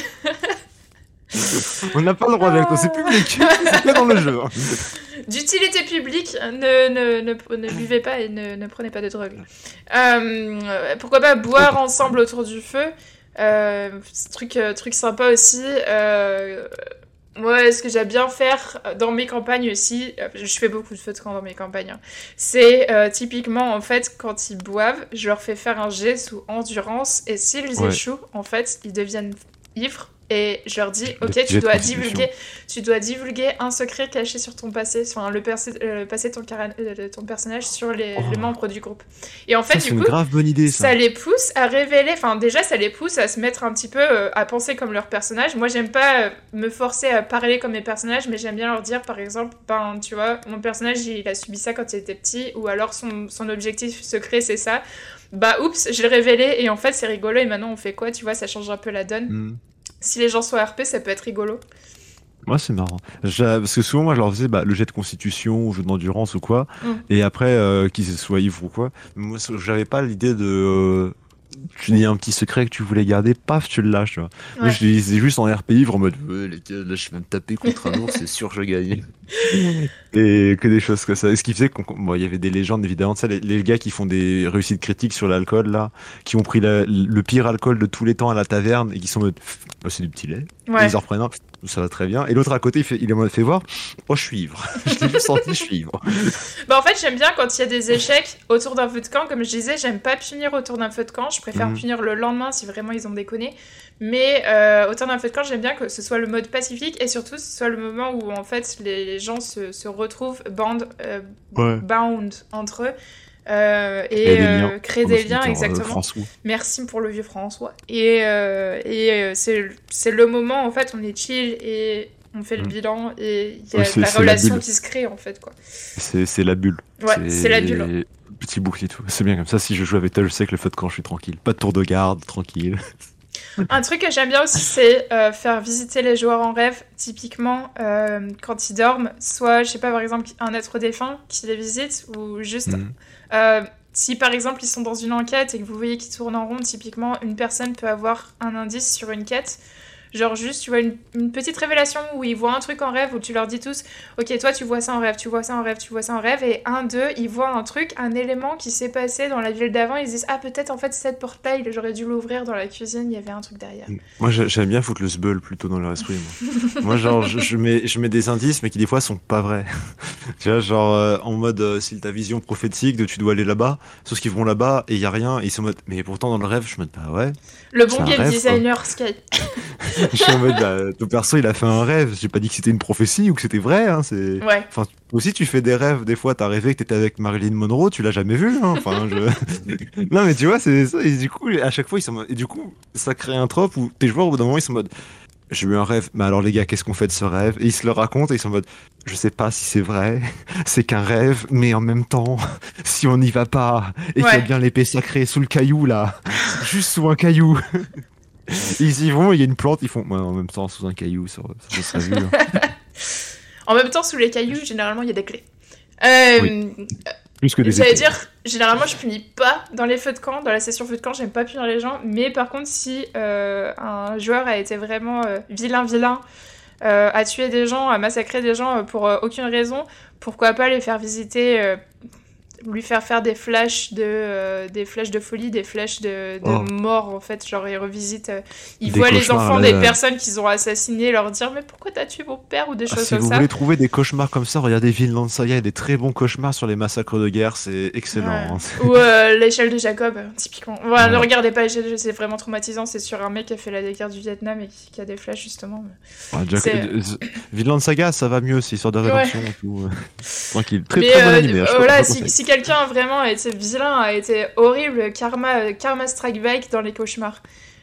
Speaker 2: On n'a pas le droit avec toi, c'est public, c'est que dans le jeu. hein.
Speaker 1: D'utilité publique, ne, ne, ne, ne buvez pas et ne, ne prenez pas de drogue. Euh, pourquoi pas boire ensemble autour du feu. Euh, truc, euh, truc sympa aussi. Euh, ouais, ce que j'aime bien faire dans mes campagnes aussi, euh, je fais beaucoup de feux de camp dans mes campagnes, hein, c'est euh, typiquement en fait quand ils boivent, je leur fais faire un jet sous endurance et s'ils
Speaker 2: Ouais.
Speaker 1: échouent, en fait, ils deviennent ivres. Et je leur dis,
Speaker 2: Le
Speaker 1: ok,
Speaker 2: jet
Speaker 1: tu
Speaker 2: de
Speaker 1: dois
Speaker 2: constitution.
Speaker 1: divulguer, tu dois divulguer un secret caché sur ton passé, sur un- le, perso- euh, le passé de ton, cara- euh, de ton personnage sur les,
Speaker 2: Oh.
Speaker 1: les membres du groupe. Et en fait,
Speaker 2: Ça, c'est
Speaker 1: du
Speaker 2: une
Speaker 1: coup,
Speaker 2: grave bonne idée ça.
Speaker 1: ça les pousse à révéler, enfin déjà ça les pousse à se mettre un petit peu euh, à penser comme leur personnage. Moi j'aime pas euh, me forcer à parler comme mes personnages, mais j'aime bien leur dire par exemple, ben tu vois, mon personnage il a subi ça quand il était petit, ou alors son, son objectif secret c'est ça. Bah oups, je l'ai révélé et en fait c'est rigolo et maintenant on fait quoi, tu vois, ça change un peu la donne.
Speaker 2: Hmm.
Speaker 1: Si les gens sont R P, ça peut être rigolo.
Speaker 2: Moi, c'est marrant. J'a- Parce que souvent, moi, je leur faisais bah, le jet de constitution ou jeu d'endurance ou quoi.
Speaker 1: Mm.
Speaker 2: Et après, euh, qu'ils soient ivres ou quoi. Moi, j'avais pas l'idée de. Euh, tu dis un petit secret que tu voulais garder, paf, tu le lâches, tu vois. Moi,
Speaker 1: Ouais.
Speaker 2: je disais juste en R P ivre en mode, ouais, les gars, là, je vais me taper contre un ours, c'est sûr que je gagne. Et que des choses comme ça. Et ce qui faisait qu'on, bon, il y avait des légendes évidemment, tu sais, les, les gars qui font des réussites critiques sur l'alcool, là, qui ont pris la- le pire alcool de tous les temps à la taverne et qui sont en mode, Pff, bah, c'est du petit lait. Et
Speaker 1: Ouais.
Speaker 2: ils en reprennent un. ça va très bien. Et l'autre à côté, il, fait, il est en mode, fait voir, oh, je suis ivre. Je l'ai juste senti, je suis ivre.
Speaker 1: Bah en fait, j'aime bien quand il y a des échecs autour d'un feu de camp. Comme je disais, j'aime pas punir autour d'un feu de camp. Je préfère
Speaker 2: Mhm.
Speaker 1: punir le lendemain si vraiment ils ont déconné. Mais euh, autour d'un feu de camp, j'aime bien que ce soit le mode pacifique et surtout ce soit le moment où en fait les gens se, se retrouvent band, euh,
Speaker 2: Ouais.
Speaker 1: bound entre eux. Euh,
Speaker 2: Et
Speaker 1: et
Speaker 2: des
Speaker 1: euh,
Speaker 2: liens.
Speaker 1: créer
Speaker 2: Comme
Speaker 1: des
Speaker 2: se dit
Speaker 1: liens,
Speaker 2: en, euh,
Speaker 1: exactement.
Speaker 2: François.
Speaker 1: Merci pour le vieux François. Et, euh, et euh, c'est, c'est le moment, en fait, on est chill et on fait le
Speaker 2: Mm.
Speaker 1: bilan et il y a
Speaker 2: Oui, c'est-
Speaker 1: la
Speaker 2: c'est la
Speaker 1: relation
Speaker 2: bulle.
Speaker 1: qui se crée, en fait, quoi.
Speaker 2: C'est c'est la bulle.
Speaker 1: Ouais, c'est la bulle.
Speaker 2: Petit bouclier tout. C'est bien comme ça. Si je joue avec toi, je sais que le feu de camp, je suis tranquille. Pas de tour de garde, tranquille.
Speaker 1: Un truc que j'aime bien aussi, c'est euh, faire visiter les joueurs en rêve, typiquement euh, quand ils dorment, soit, je sais pas, par exemple, un être défunt qui les visite, ou juste...
Speaker 2: Mhm.
Speaker 1: euh, si par exemple ils sont dans une enquête et que vous voyez qu'ils tournent en rond, typiquement, une personne peut avoir un indice sur une quête. Genre juste, tu vois, une, une petite révélation où ils voient un truc en rêve, où tu leur dis tous, ok, toi tu vois ça en rêve, tu vois ça en rêve, tu vois ça en rêve, et un, deux, ils voient un truc, un élément qui s'est passé dans la ville d'avant, ils se disent, ah peut-être en fait cette portail, j'aurais dû l'ouvrir dans la cuisine, il y avait un truc derrière.
Speaker 2: Moi, j'ai- j'aime bien foutre le sbeul plutôt dans leur esprit. Moi, moi genre, je, je mets, je mets des indices, mais qui des fois sont pas vrais. Tu vois, genre, euh, en mode, euh, si ta vision prophétique de tu dois aller là-bas, sauf qu'ils vont là-bas et il y a rien, et ils sont en mode, mais pourtant dans le rêve, je me dis, bah ouais.
Speaker 1: Le
Speaker 2: C'est
Speaker 1: bon
Speaker 2: un
Speaker 1: game
Speaker 2: rêve,
Speaker 1: designer, Sky.
Speaker 2: Je suis en mode, bah, ton perso, il a fait un rêve. J'ai pas dit que c'était une prophétie ou que c'était vrai. Hein, c'est...
Speaker 1: Ouais.
Speaker 2: Enfin, aussi, tu fais des rêves. Des fois, t'as rêvé que t'étais avec Marilyn Monroe, tu l'as jamais vu. Hein. Enfin, je... non, mais tu vois, c'est ça. Et du coup, à chaque fois, ils sont en mode... Et du coup, ça crée un trope où tes joueurs, au bout d'un moment, ils sont en mode, j'ai eu un rêve. Mais alors, les gars, qu'est-ce qu'on fait de ce rêve? Et ils se le racontent et ils sont en mode, je sais pas si c'est vrai. C'est qu'un rêve, mais en même temps, si on n'y va pas et qu'il y a
Speaker 1: Ouais.
Speaker 2: bien l'épée sacrée sous le caillou là, juste sous un caillou. Ils y vont, il y a une plante, ils font ouais, en même temps sous un caillou, ça, ça serait vu. Hein.
Speaker 1: En même temps, sous les cailloux, généralement, il y a des clés. Euh,
Speaker 2: Plus que des
Speaker 1: J'allais
Speaker 2: épées.
Speaker 1: dire, généralement, je punis pas dans les feux de camp, dans la session feux de camp, j'aime pas punir les gens, mais par contre, si euh, un joueur a été vraiment euh, vilain, vilain, euh, a tué des gens, a massacré des gens euh, pour euh, aucune raison, pourquoi pas les faire visiter, euh, lui faire faire des flashs de, euh, des flashs de folie, des flashs de, de
Speaker 2: Oh.
Speaker 1: mort, en fait, genre ils revisitent, euh, ils
Speaker 2: Des
Speaker 1: voient les
Speaker 2: cauchemars,
Speaker 1: enfants
Speaker 2: là,
Speaker 1: des
Speaker 2: euh.
Speaker 1: personnes qu'ils ont assassinés, leur dire mais pourquoi t'as tué mon père ou des
Speaker 2: Ah,
Speaker 1: choses
Speaker 2: si
Speaker 1: comme
Speaker 2: vous
Speaker 1: ça.
Speaker 2: voulez trouver des cauchemars comme ça, regardez Vinland Saga, il y a des très bons cauchemars sur les massacres de guerre, c'est excellent.
Speaker 1: Ouais.
Speaker 2: Hein.
Speaker 1: Ou euh, l'échelle de Jacob, euh, typiquement. Voilà,
Speaker 2: Ouais.
Speaker 1: ne regardez pas l'échelle de Jacob, c'est vraiment traumatisant. C'est sur un mec qui a fait la guerre du Vietnam et qui, qui a des flashs, justement.
Speaker 2: Ouais, Jack-
Speaker 1: C'est-
Speaker 2: euh, Vinland Saga, ça va mieux, c'est histoire de rédemption et tout. euh. Tranquille. Très,
Speaker 1: Mais
Speaker 2: très bon
Speaker 1: euh,
Speaker 2: animé. hein, je-
Speaker 1: voilà,
Speaker 2: je
Speaker 1: si,
Speaker 2: conseille.
Speaker 1: si quelqu'un a vraiment été vilain, a été horrible, karma, euh, karma strike back dans les cauchemars.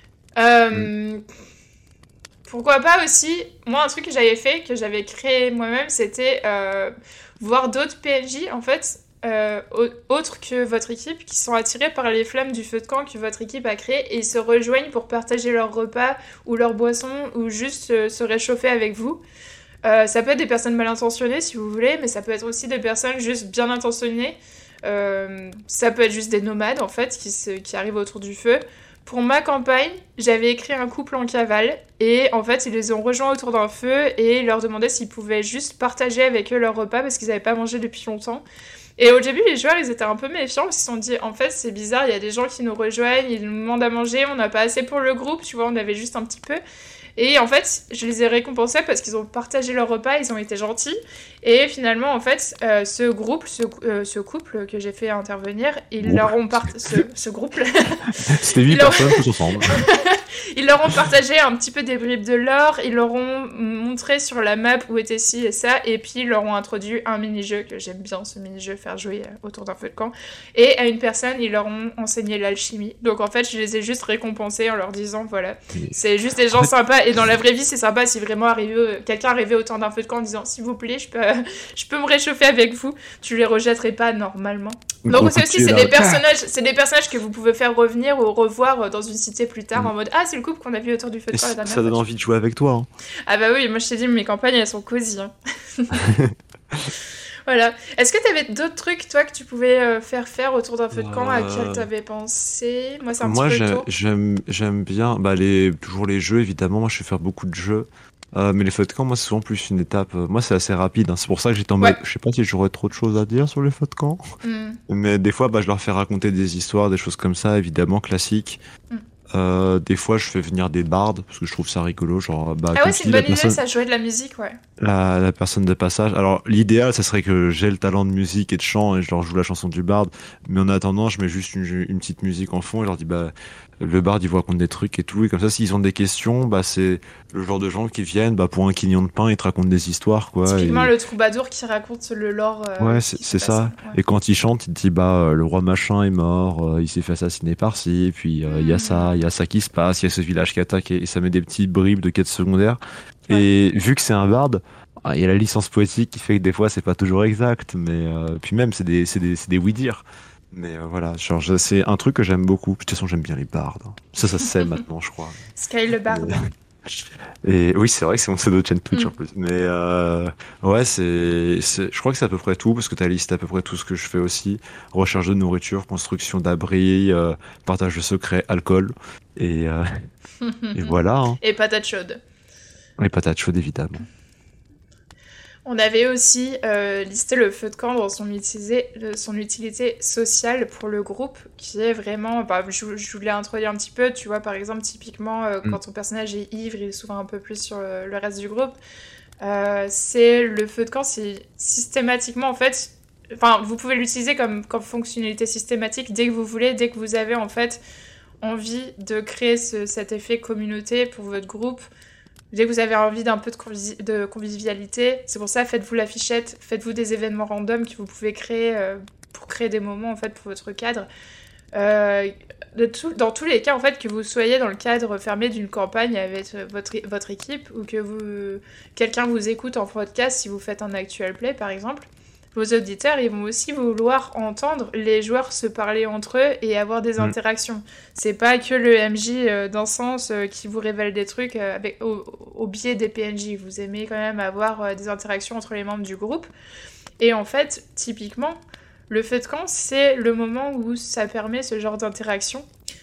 Speaker 1: Euh, Pourquoi pas aussi, moi un truc que j'avais fait, que j'avais créé moi-même, c'était euh, voir d'autres P N J en fait, euh, au- autres que votre équipe, qui sont attirés par les flammes du feu de camp que votre équipe a créé et ils se rejoignent pour partager leur repas ou leur boisson ou juste euh, se réchauffer avec vous. Euh, ça peut être des personnes mal intentionnées si vous voulez, mais ça peut être aussi des personnes juste bien intentionnées. Euh, ça peut être juste des nomades en fait qui, se, qui arrivent autour du feu. Pour ma campagne, j'avais écrit un couple en cavale et en fait ils les ont rejoints autour d'un feu et ils leur demandaient s'ils pouvaient juste partager avec eux leur repas parce qu'ils n'avaient pas mangé depuis longtemps. Et au début les joueurs ils étaient un peu méfiants parce qu'ils se sont dit en fait c'est bizarre, il y a des gens qui nous rejoignent, ils nous demandent à manger, on n'a pas assez pour le groupe, tu vois, on avait juste un petit peu. Et en fait, je les ai récompensés parce qu'ils ont partagé leur repas, ils ont été gentils. Et finalement, en fait, euh, ce groupe, ce, euh, ce couple que j'ai fait intervenir, ils
Speaker 2: Groupe.
Speaker 1: leur ont partagé... Ce, ce groupe
Speaker 2: C'était huit
Speaker 1: Il en-
Speaker 2: personnes tous ensemble.
Speaker 1: Ils leur ont partagé un petit peu des bribes de l'or, ils leur ont montré sur la map où était ci et ça, et puis ils leur ont introduit un mini-jeu, que j'aime bien ce mini-jeu, faire jouer euh, autour d'un feu de camp. Et à une personne, ils leur ont enseigné l'alchimie. Donc en fait, je les ai juste récompensés en leur disant, voilà, c'est juste des gens sympas, et dans la vraie vie, c'est sympa si vraiment arrivé, euh, quelqu'un arrivait autour d'un feu de camp en disant, s'il vous plaît, je peux, euh, je peux me réchauffer avec vous, tu les rejetterais pas normalement. Donc
Speaker 2: Gros
Speaker 1: c'est
Speaker 2: coup de
Speaker 1: aussi,
Speaker 2: pied,
Speaker 1: c'est
Speaker 2: là.
Speaker 1: des personnages, c'est des personnages que vous pouvez faire revenir ou revoir euh, dans une cité plus tard
Speaker 2: Mm.
Speaker 1: en mode ah c'est le couple qu'on a vu autour du feu de
Speaker 2: Et
Speaker 1: camp la
Speaker 2: ça
Speaker 1: dernière
Speaker 2: ça donne
Speaker 1: fois.
Speaker 2: envie de jouer avec toi. Hein.
Speaker 1: Ah bah oui, moi je t'ai dit mes campagnes elles sont cosy. Hein. Voilà. Est-ce que t'avais d'autres trucs toi que tu pouvais euh, faire faire autour d'un feu de camp à
Speaker 2: Euh,
Speaker 1: quel t'avais pensé? Moi c'est un
Speaker 2: Moi,
Speaker 1: petit peu le
Speaker 2: j'ai-
Speaker 1: tour.
Speaker 2: j'aime j'aime bien bah, les, toujours les jeux, évidemment. Moi, je fais faire beaucoup de jeux. Euh, mais les feux de camp, moi, c'est souvent plus une étape. euh, Moi, c'est assez rapide. hein. C'est pour ça que j'étais en
Speaker 1: Ouais.
Speaker 2: mode. Je sais pas si j'aurais trop de choses à dire sur les feux de camp.
Speaker 1: Hmm.
Speaker 2: Mais des fois, bah, je leur fais raconter des histoires, des choses comme ça, évidemment, classiques.
Speaker 1: Mm.
Speaker 2: Euh, des fois, je fais venir des bardes parce que je trouve ça rigolo. Genre, bah,
Speaker 1: Ah
Speaker 2: comme
Speaker 1: ouais,
Speaker 2: tu
Speaker 1: c'est
Speaker 2: dis,
Speaker 1: une
Speaker 2: la
Speaker 1: bonne idée,
Speaker 2: personne,
Speaker 1: ça, jouer de la musique, ouais.
Speaker 2: la, la personne de passage. Alors, l'idéal, ça serait que j'ai le talent de musique et de chant et je leur joue la chanson du barde. Mais en attendant, je mets juste une, une petite musique en fond et je leur dis, bah, le barde, il vous raconte des trucs et tout. Et comme ça, s'ils ont des questions, bah, c'est le genre de gens qui viennent, bah, pour un quignon de pain, ils te racontent des histoires, quoi.
Speaker 1: Typiquement
Speaker 2: Et
Speaker 1: le troubadour qui raconte le lore euh,
Speaker 2: ouais,
Speaker 1: qui
Speaker 2: c'est
Speaker 1: s'est
Speaker 2: c'est
Speaker 1: passé.
Speaker 2: ça.
Speaker 1: Ouais.
Speaker 2: Et quand il chante, il te dit, bah, euh, le roi machin est mort, euh, il s'est fait assassiner par-ci, puis euh, il y a ça, il y a ça qui se passe, il y a ce village qui attaque, et, et ça met des petites bribes de quêtes secondaires.
Speaker 1: Ouais.
Speaker 2: Et vu que c'est un barde, ah, il y a la licence poétique qui fait que des fois, c'est pas toujours exact, mais euh, puis même, c'est des, c'est des, c'est des oui-dire. Mais euh, voilà, genre, je- c'est un truc que j'aime beaucoup. Puis, de toute façon, j'aime bien les bardes, hein. Ça, ça se sait maintenant, je crois.
Speaker 1: Sky le barde.
Speaker 2: Et oui, c'est vrai que c'est mon pseudo de chaîne Twitch
Speaker 1: Mm.
Speaker 2: en plus. Mais euh, ouais, c'est, c'est, je crois que c'est à peu près tout, parce que tu as listé à peu près tout ce que je fais aussi. Recherche de nourriture, construction d'abris, euh, partage de secrets, alcool. Et, euh, et voilà, hein.
Speaker 1: Et patate chaude.
Speaker 2: Et patates chaudes, évidemment.
Speaker 1: On avait aussi euh, listé le feu de camp dans son utilité, son utilité sociale pour le groupe, qui est vraiment... Bah, je, je voulais introduire un petit peu, tu vois, par exemple, typiquement, euh,
Speaker 2: Mm.
Speaker 1: quand ton personnage est ivre, il s'ouvre un peu plus sur le, le reste du groupe. Euh, c'est le feu de camp, c'est systématiquement, en fait... Enfin, vous pouvez l'utiliser comme, comme fonctionnalité systématique dès que vous voulez, dès que vous avez, en fait, envie de créer ce, cet effet communauté pour votre groupe. Dès que vous avez envie d'un peu de, convivi- de convivialité, c'est pour ça, faites-vous l'affichette, faites-vous des événements random que vous pouvez créer euh, pour créer des moments, en fait, pour votre cadre. Euh, de tout- dans tous les cas, en fait, que vous soyez dans le cadre fermé d'une campagne avec euh, votre, votre équipe ou que vous, quelqu'un vous écoute en podcast si vous faites un actual play, par exemple, vos auditeurs, ils vont aussi vouloir entendre les joueurs se parler entre eux et avoir des
Speaker 2: Mm.
Speaker 1: interactions. C'est pas que le M J euh, d'un sens euh, qui vous révèle des trucs euh, avec, au, au biais des P N J. Vous aimez quand même avoir euh, des interactions entre les membres du groupe. Et en fait, typiquement, le feu de camp, c'est le moment où ça permet ce genre d'interaction.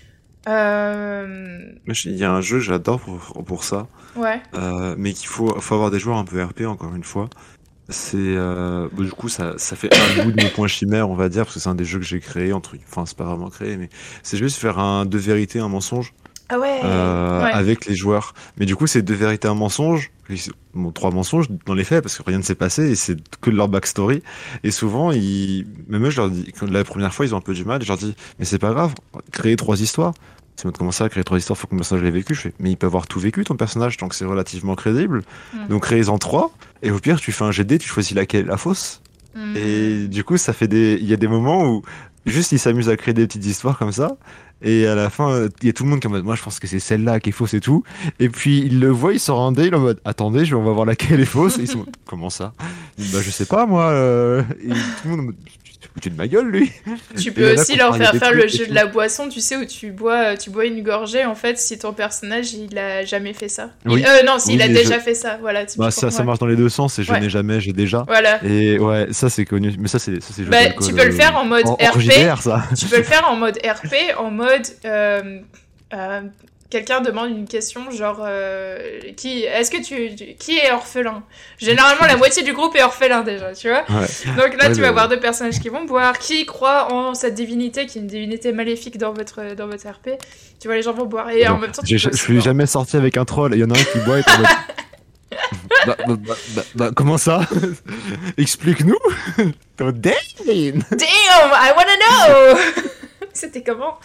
Speaker 1: Euh...
Speaker 2: Moi, je- Il y a un jeu, j'adore pour, pour ça,
Speaker 1: Ouais.
Speaker 2: euh, mais qu'il faut, faut avoir des joueurs un peu R P, encore une fois. C'est euh, bah, du coup ça, ça fait un bout de mes points chimères, on va dire, parce que c'est un des jeux que j'ai créé entre, enfin c'est pas vraiment créé, mais c'est juste faire un deux vérités un mensonge
Speaker 1: Ah ouais.
Speaker 2: euh,
Speaker 1: Ouais.
Speaker 2: avec les joueurs. Mais du coup c'est deux vérités un mensonge, bon trois mensonges dans les faits parce que rien ne s'est passé et c'est que de leur backstory. Et souvent ils, même eux je leur dis, quand la première fois ils ont un peu du mal, et je leur dis mais c'est pas grave, créer trois histoires. Si on commence à créer trois histoires, faut que mon personnage l'ait vécu. Je fais, mais il peut avoir tout vécu ton personnage tant que c'est relativement crédible.
Speaker 1: Mm.
Speaker 2: Donc créez-en trois. Et au pire, tu fais un G D, tu choisis laquelle la fausse.
Speaker 1: Mm.
Speaker 2: Et du coup, ça fait des, il y a des moments où juste ils s'amusent à créer des petites histoires comme ça. Et à la fin, il y a tout le monde qui est en mode, moi je pense que c'est celle-là qui est fausse et tout. Et puis il le voit, il sort un dé, il est en mode, attendez, je vais, on va voir laquelle est fausse. Et ils sont, comment ça? Il dit, bah je sais pas moi. euh. Et tout le monde en mode, tu de ma gueule lui.
Speaker 1: Tu
Speaker 2: Et
Speaker 1: peux
Speaker 2: il y en a
Speaker 1: aussi
Speaker 2: qui
Speaker 1: leur
Speaker 2: parlaient
Speaker 1: faire
Speaker 2: des
Speaker 1: faire
Speaker 2: trucs
Speaker 1: le
Speaker 2: et
Speaker 1: jeu de
Speaker 2: tout.
Speaker 1: la boisson, tu sais, où tu bois, tu bois une gorgée, en fait, si ton personnage, il a jamais fait ça. Il-
Speaker 2: Oui.
Speaker 1: euh, non, s'il
Speaker 2: Oui,
Speaker 1: a
Speaker 2: mais
Speaker 1: déjà
Speaker 2: je-
Speaker 1: fait ça, voilà, typiquement.
Speaker 2: Bah ça, ça
Speaker 1: ouais.
Speaker 2: marche dans les deux sens. Et je
Speaker 1: Ouais.
Speaker 2: n'ai jamais, j'ai déjà.
Speaker 1: Voilà.
Speaker 2: Et ouais, ça c'est connu. Mais ça c'est, ça c'est jeu
Speaker 1: Bah,
Speaker 2: d'alcool,
Speaker 1: tu peux le
Speaker 2: euh,
Speaker 1: faire en mode
Speaker 2: en, en
Speaker 1: R P.
Speaker 2: J D R, ça.
Speaker 1: Tu peux le faire en mode R P, en mode... euh, euh, quelqu'un demande une question, genre... euh, qui, est-ce que tu, tu- qui est orphelin? Généralement, la moitié du groupe est orphelin, déjà, tu vois.
Speaker 2: Ouais.
Speaker 1: Donc là,
Speaker 2: Ouais,
Speaker 1: tu
Speaker 2: mais-
Speaker 1: vas avoir deux personnages qui vont boire, qui croient en cette divinité, qui est une divinité maléfique dans votre, dans votre R P. Tu vois, les gens vont boire. Et en
Speaker 2: Non,
Speaker 1: même temps, tu
Speaker 2: j'ai-
Speaker 1: peux
Speaker 2: je
Speaker 1: aussi
Speaker 2: suis
Speaker 1: boire.
Speaker 2: jamais sorti avec un troll. Il y en a un qui boit et t'es en mode, bah, bah, bah, bah, bah, comment ça? Explique-nous. T'es en mode, damn.
Speaker 1: Damn, I wanna know. C'était comment?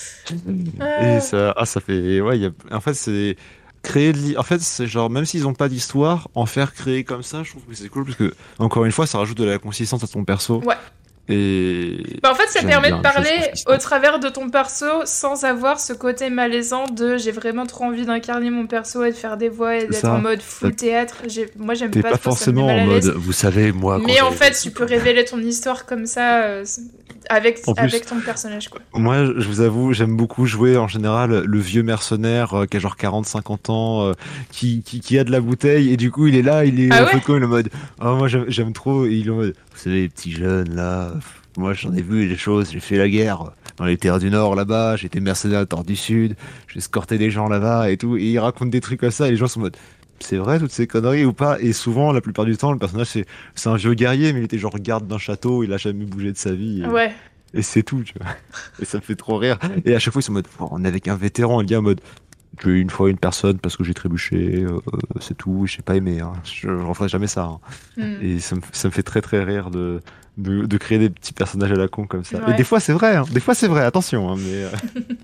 Speaker 1: Euh,
Speaker 2: Et ça, ah, ça fait, ouais, il y a- en fait, c'est créer de l'i- en fait, c'est genre, même s'ils ont pas d'histoire, en faire créer comme ça, je trouve que c'est cool parce que, encore une fois, ça rajoute de la consistance à ton perso.
Speaker 1: Ouais.
Speaker 2: Et.
Speaker 1: Bah en fait, ça
Speaker 2: J'aime
Speaker 1: permet
Speaker 2: bien
Speaker 1: de
Speaker 2: les choses
Speaker 1: parler
Speaker 2: consistantes.
Speaker 1: au travers de ton perso sans avoir ce côté malaisant de j'ai vraiment trop envie d'incarner mon perso et de faire des voix et
Speaker 2: C'est
Speaker 1: d'être
Speaker 2: ça.
Speaker 1: en mode full théâtre. J'ai- Moi, j'aime
Speaker 2: T'es
Speaker 1: pas,
Speaker 2: pas
Speaker 1: trop, ça me
Speaker 2: forcément
Speaker 1: met mal
Speaker 2: en
Speaker 1: à l'aise.
Speaker 2: mode, vous savez, moi. quand
Speaker 1: Mais en
Speaker 2: j'ai-
Speaker 1: fait, tu peux révéler ton histoire comme ça euh, avec,
Speaker 2: En plus-
Speaker 1: avec ton personnage, quoi.
Speaker 2: Moi, je vous avoue, j'aime beaucoup jouer en général le vieux mercenaire euh, qui a genre quarante cinquante ans, euh, qui, qui, qui a de la bouteille, et du coup, il est là, il est
Speaker 1: Ah
Speaker 2: au
Speaker 1: ouais
Speaker 2: feu de camp, il est en mode, oh, moi j'aime j'aime trop, et il est en mode, vous savez, les petits jeunes là, pff, moi j'en ai vu des choses, j'ai fait la guerre dans les terres du Nord là-bas, j'étais mercenaire dans le du Sud, j'ai escorté des gens là-bas et tout, et il raconte des trucs comme ça, et les gens sont en mode, c'est vrai toutes ces conneries ou pas? Et souvent, la plupart du temps, le personnage c'est c'est un vieux guerrier, mais il était genre garde d'un château, il a jamais bougé de sa vie. et-
Speaker 1: Ouais.
Speaker 2: Et c'est tout, tu vois. Et ça me fait trop rire. Et à chaque fois, ils sont en mode, oh, on est avec un vétéran, il est en mode, j'ai eu une fois une personne parce que j'ai trébuché, euh, c'est tout, j'ai pas aimé, hein. Je, je referai jamais ça, hein.
Speaker 1: Hmm.
Speaker 2: Et ça me, ça me fait très très rire de, de, de créer des petits personnages à la con comme ça.
Speaker 1: Ouais.
Speaker 2: Et des fois, c'est vrai, hein. Des fois, c'est vrai, attention, hein, mais, euh,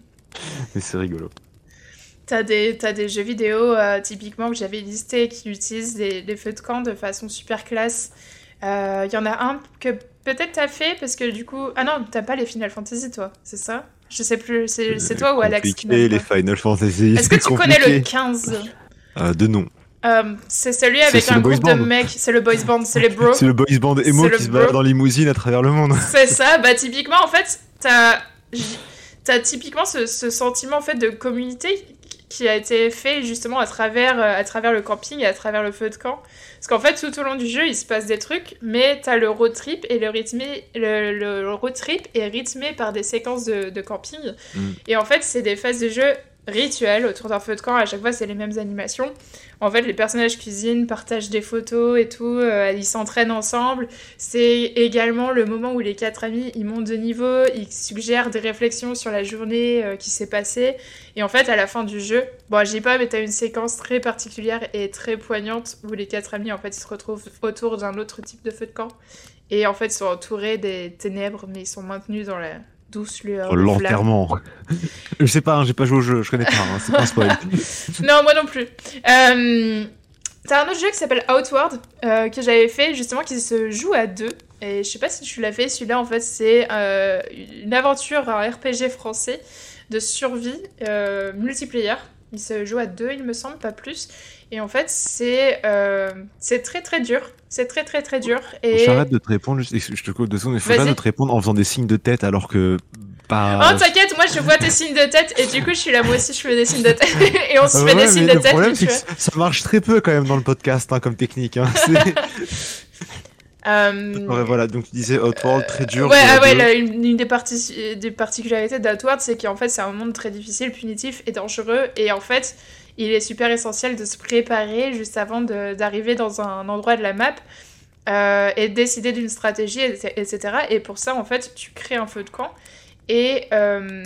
Speaker 2: mais c'est rigolo.
Speaker 1: T'as des, t'as des jeux vidéo, euh, typiquement, que j'avais listés, qui utilisent des, des feux de camp de façon super classe. Il euh, y en a un que peut-être t'as fait, parce que du coup... Ah non, t'as pas les Final Fantasy, toi, c'est ça? Je sais plus, c'est, c'est toi ou Alex qui n'a
Speaker 2: Compliqué, les
Speaker 1: pas.
Speaker 2: Final Fantasy.
Speaker 1: Est-ce que
Speaker 2: c'est
Speaker 1: tu
Speaker 2: compliqué.
Speaker 1: connais le quinze?
Speaker 2: Euh, De nom.
Speaker 1: Euh, c'est celui
Speaker 2: C'est-
Speaker 1: avec
Speaker 2: c'est
Speaker 1: un
Speaker 2: le boys
Speaker 1: groupe de
Speaker 2: band.
Speaker 1: mecs, c'est le boys band, c'est les bros.
Speaker 2: C'est le boys band
Speaker 1: C'est
Speaker 2: emo
Speaker 1: le
Speaker 2: qui se
Speaker 1: bro.
Speaker 2: balade en limousine à travers le monde.
Speaker 1: C'est ça, bah typiquement en fait, t'as, j- t'as typiquement ce, ce sentiment en fait de communauté qui a été fait justement à travers, euh, à travers le camping et à travers le feu de camp. Parce qu'en fait, tout au long du jeu, il se passe des trucs, mais t'as le road trip et le, rythmé, le, le- le road trip est rythmé par des séquences de, de camping.
Speaker 2: Mm.
Speaker 1: Et en fait, c'est des phases de jeu rituelles autour d'un feu de camp. À chaque fois, c'est les mêmes animations. En fait, les personnages cuisinent, partagent des photos et tout. euh, ils s'entraînent ensemble. C'est également le moment où les quatre amis, ils montent de niveau. Ils suggèrent des réflexions sur la journée euh, qui s'est passée. Et en fait, à la fin du jeu, bon, je dis pas, mais t'as une séquence très particulière et très poignante où les quatre amis, en fait, ils se retrouvent autour d'un autre type de feu de camp. Et en fait, ils sont entourés des ténèbres, mais ils sont maintenus dans la douce lueur
Speaker 2: Oh,
Speaker 1: de flammes.
Speaker 2: l'enterrement. Je sais pas, hein, j'ai pas joué au jeu, je connais pas, hein, c'est pas un spoil.
Speaker 1: Non, moi non plus. Euh, T'as un autre jeu qui s'appelle Outward, euh, que j'avais fait justement, qui se joue à deux. Et je sais pas si tu l'as fait, celui-là en fait c'est euh, une aventure, un R P G français de survie euh, multiplayer. Il se joue à deux, il me semble, pas plus. Et en fait c'est euh, c'est très très dur. C'est très très très dur. Et...
Speaker 2: J'arrête de te répondre, je je te coupe deux secondes, mais faut pas
Speaker 1: Vas-y.
Speaker 2: de te répondre en faisant des signes de tête alors que. Pas...
Speaker 1: Oh t'inquiète, moi je vois tes signes de tête et du coup je suis là, moi aussi je fais des signes de tête et on se
Speaker 2: Ah
Speaker 1: fait
Speaker 2: ouais,
Speaker 1: des signes
Speaker 2: mais
Speaker 1: de
Speaker 2: le
Speaker 1: tête.
Speaker 2: problème,
Speaker 1: tu
Speaker 2: c'est que
Speaker 1: vois.
Speaker 2: ça marche très peu quand même dans le podcast hein, comme technique. Hein. C'est-
Speaker 1: Euh,
Speaker 2: Ouais, voilà, donc tu disais Outworld très dur.
Speaker 1: Ouais,
Speaker 2: jeu à
Speaker 1: ah ouais,
Speaker 2: deux.
Speaker 1: là, une, une des, parti- des particularités d'Outward, c'est qu'en fait, c'est un monde très difficile, punitif et dangereux. Et en fait, il est super essentiel de se préparer juste avant de- d'arriver dans un endroit de la map euh, et de décider d'une stratégie, et cetera. Et pour ça, en fait, tu crées un feu de camp. Et euh,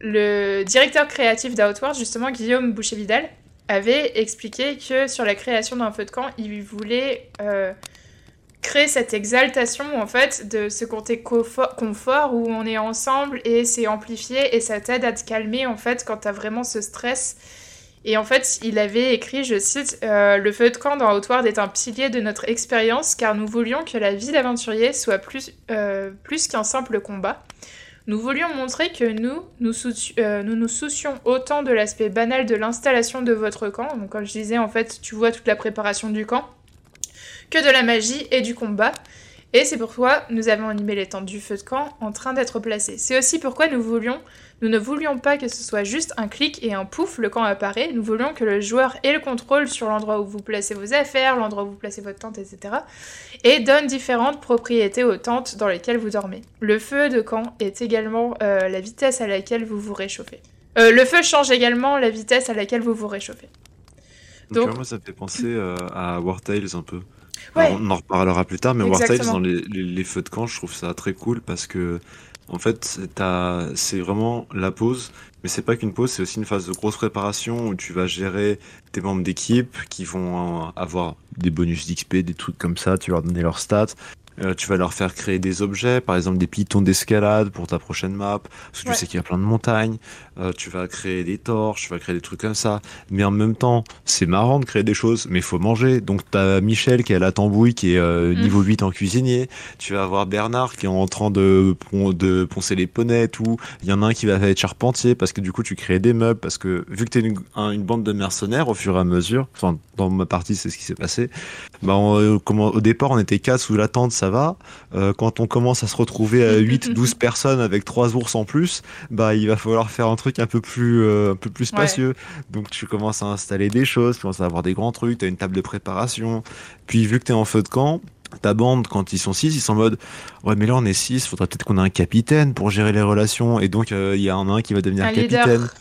Speaker 1: le directeur créatif d'Outward, justement, Guillaume Boucher-Vidal, avait expliqué que sur la création d'un feu de camp, il voulait... euh, créer cette exaltation en fait de ce côté confort, confort où on est ensemble et c'est amplifié et ça t'aide à te calmer en fait quand t'as vraiment ce stress. Et en fait, il avait écrit, je cite, euh, le feu de camp dans Outward est un pilier de notre expérience car nous voulions que la vie d'aventurier soit plus, euh, plus qu'un simple combat. Nous voulions montrer que nous nous, sou- euh, nous nous soucions autant de l'aspect banal de l'installation de votre camp. Donc comme je disais, en fait, tu vois toute la préparation du camp, que de la magie et du combat. Et c'est pourquoi nous avons animé les tentes du feu de camp en train d'être placées. C'est aussi pourquoi nous voulions, nous ne voulions pas que ce soit juste un clic et un pouf, le camp apparaît. Nous voulions que le joueur ait le contrôle sur l'endroit où vous placez vos affaires, l'endroit où vous placez votre tente, et cetera. Et donne différentes propriétés aux tentes dans lesquelles vous dormez. Le feu de camp est également euh, la vitesse à laquelle vous vous réchauffez. Euh, le feu change également la vitesse à laquelle vous vous réchauffez.
Speaker 2: Donc,
Speaker 1: Donc-
Speaker 2: tu vois, moi, ça me fait penser euh, à War Tales un peu.
Speaker 1: Ouais.
Speaker 2: Alors, on en reparlera plus tard, mais War Tales,
Speaker 1: Exactement.
Speaker 2: dans les, les- les feux de camp, je trouve ça très cool parce que, en fait, t'as- c'est vraiment la pause, mais c'est pas qu'une pause, c'est aussi une phase de grosse préparation où tu vas gérer tes membres d'équipe qui vont euh, avoir des bonus d'X P, des trucs comme ça, tu vas leur donner leurs stats. Euh, tu vas leur faire créer des objets, par exemple des pitons d'escalade pour ta prochaine map, parce que
Speaker 1: Ouais.
Speaker 2: tu sais qu'il y a plein de montagnes. Euh, tu vas créer des torches, tu vas créer des trucs comme ça. Mais en même temps, c'est marrant de créer des choses, mais il faut manger. Donc t'as Michel qui a la tambouille, qui est euh,
Speaker 1: Mm.
Speaker 2: niveau huit en cuisinier. Tu vas avoir Bernard qui est en train de, pon- de poncer les poneys et tout. Il y en a un qui va être charpentier, parce que du coup tu crées des meubles, parce que vu que t'es une, un- une bande de mercenaires, au fur et à mesure, enfin dans ma partie c'est ce qui s'est passé, bah, on, euh, comment, au départ on était quatre sous la tente, ça va. Euh, quand on commence à se retrouver à huit douze personnes avec trois ours en plus, bah il va falloir faire un truc un peu plus euh, un peu plus spacieux. Donc tu commences à installer des choses, tu commences à avoir des grands trucs, t'as une table de préparation. Puis vu que t'es en feu de camp, ta bande, quand ils sont six, ils sont en mode ouais mais là on est six, faudrait peut-être qu'on ait un capitaine pour gérer les relations, et donc il y a un nain qui va devenir
Speaker 1: Un
Speaker 2: capitaine.
Speaker 1: leader.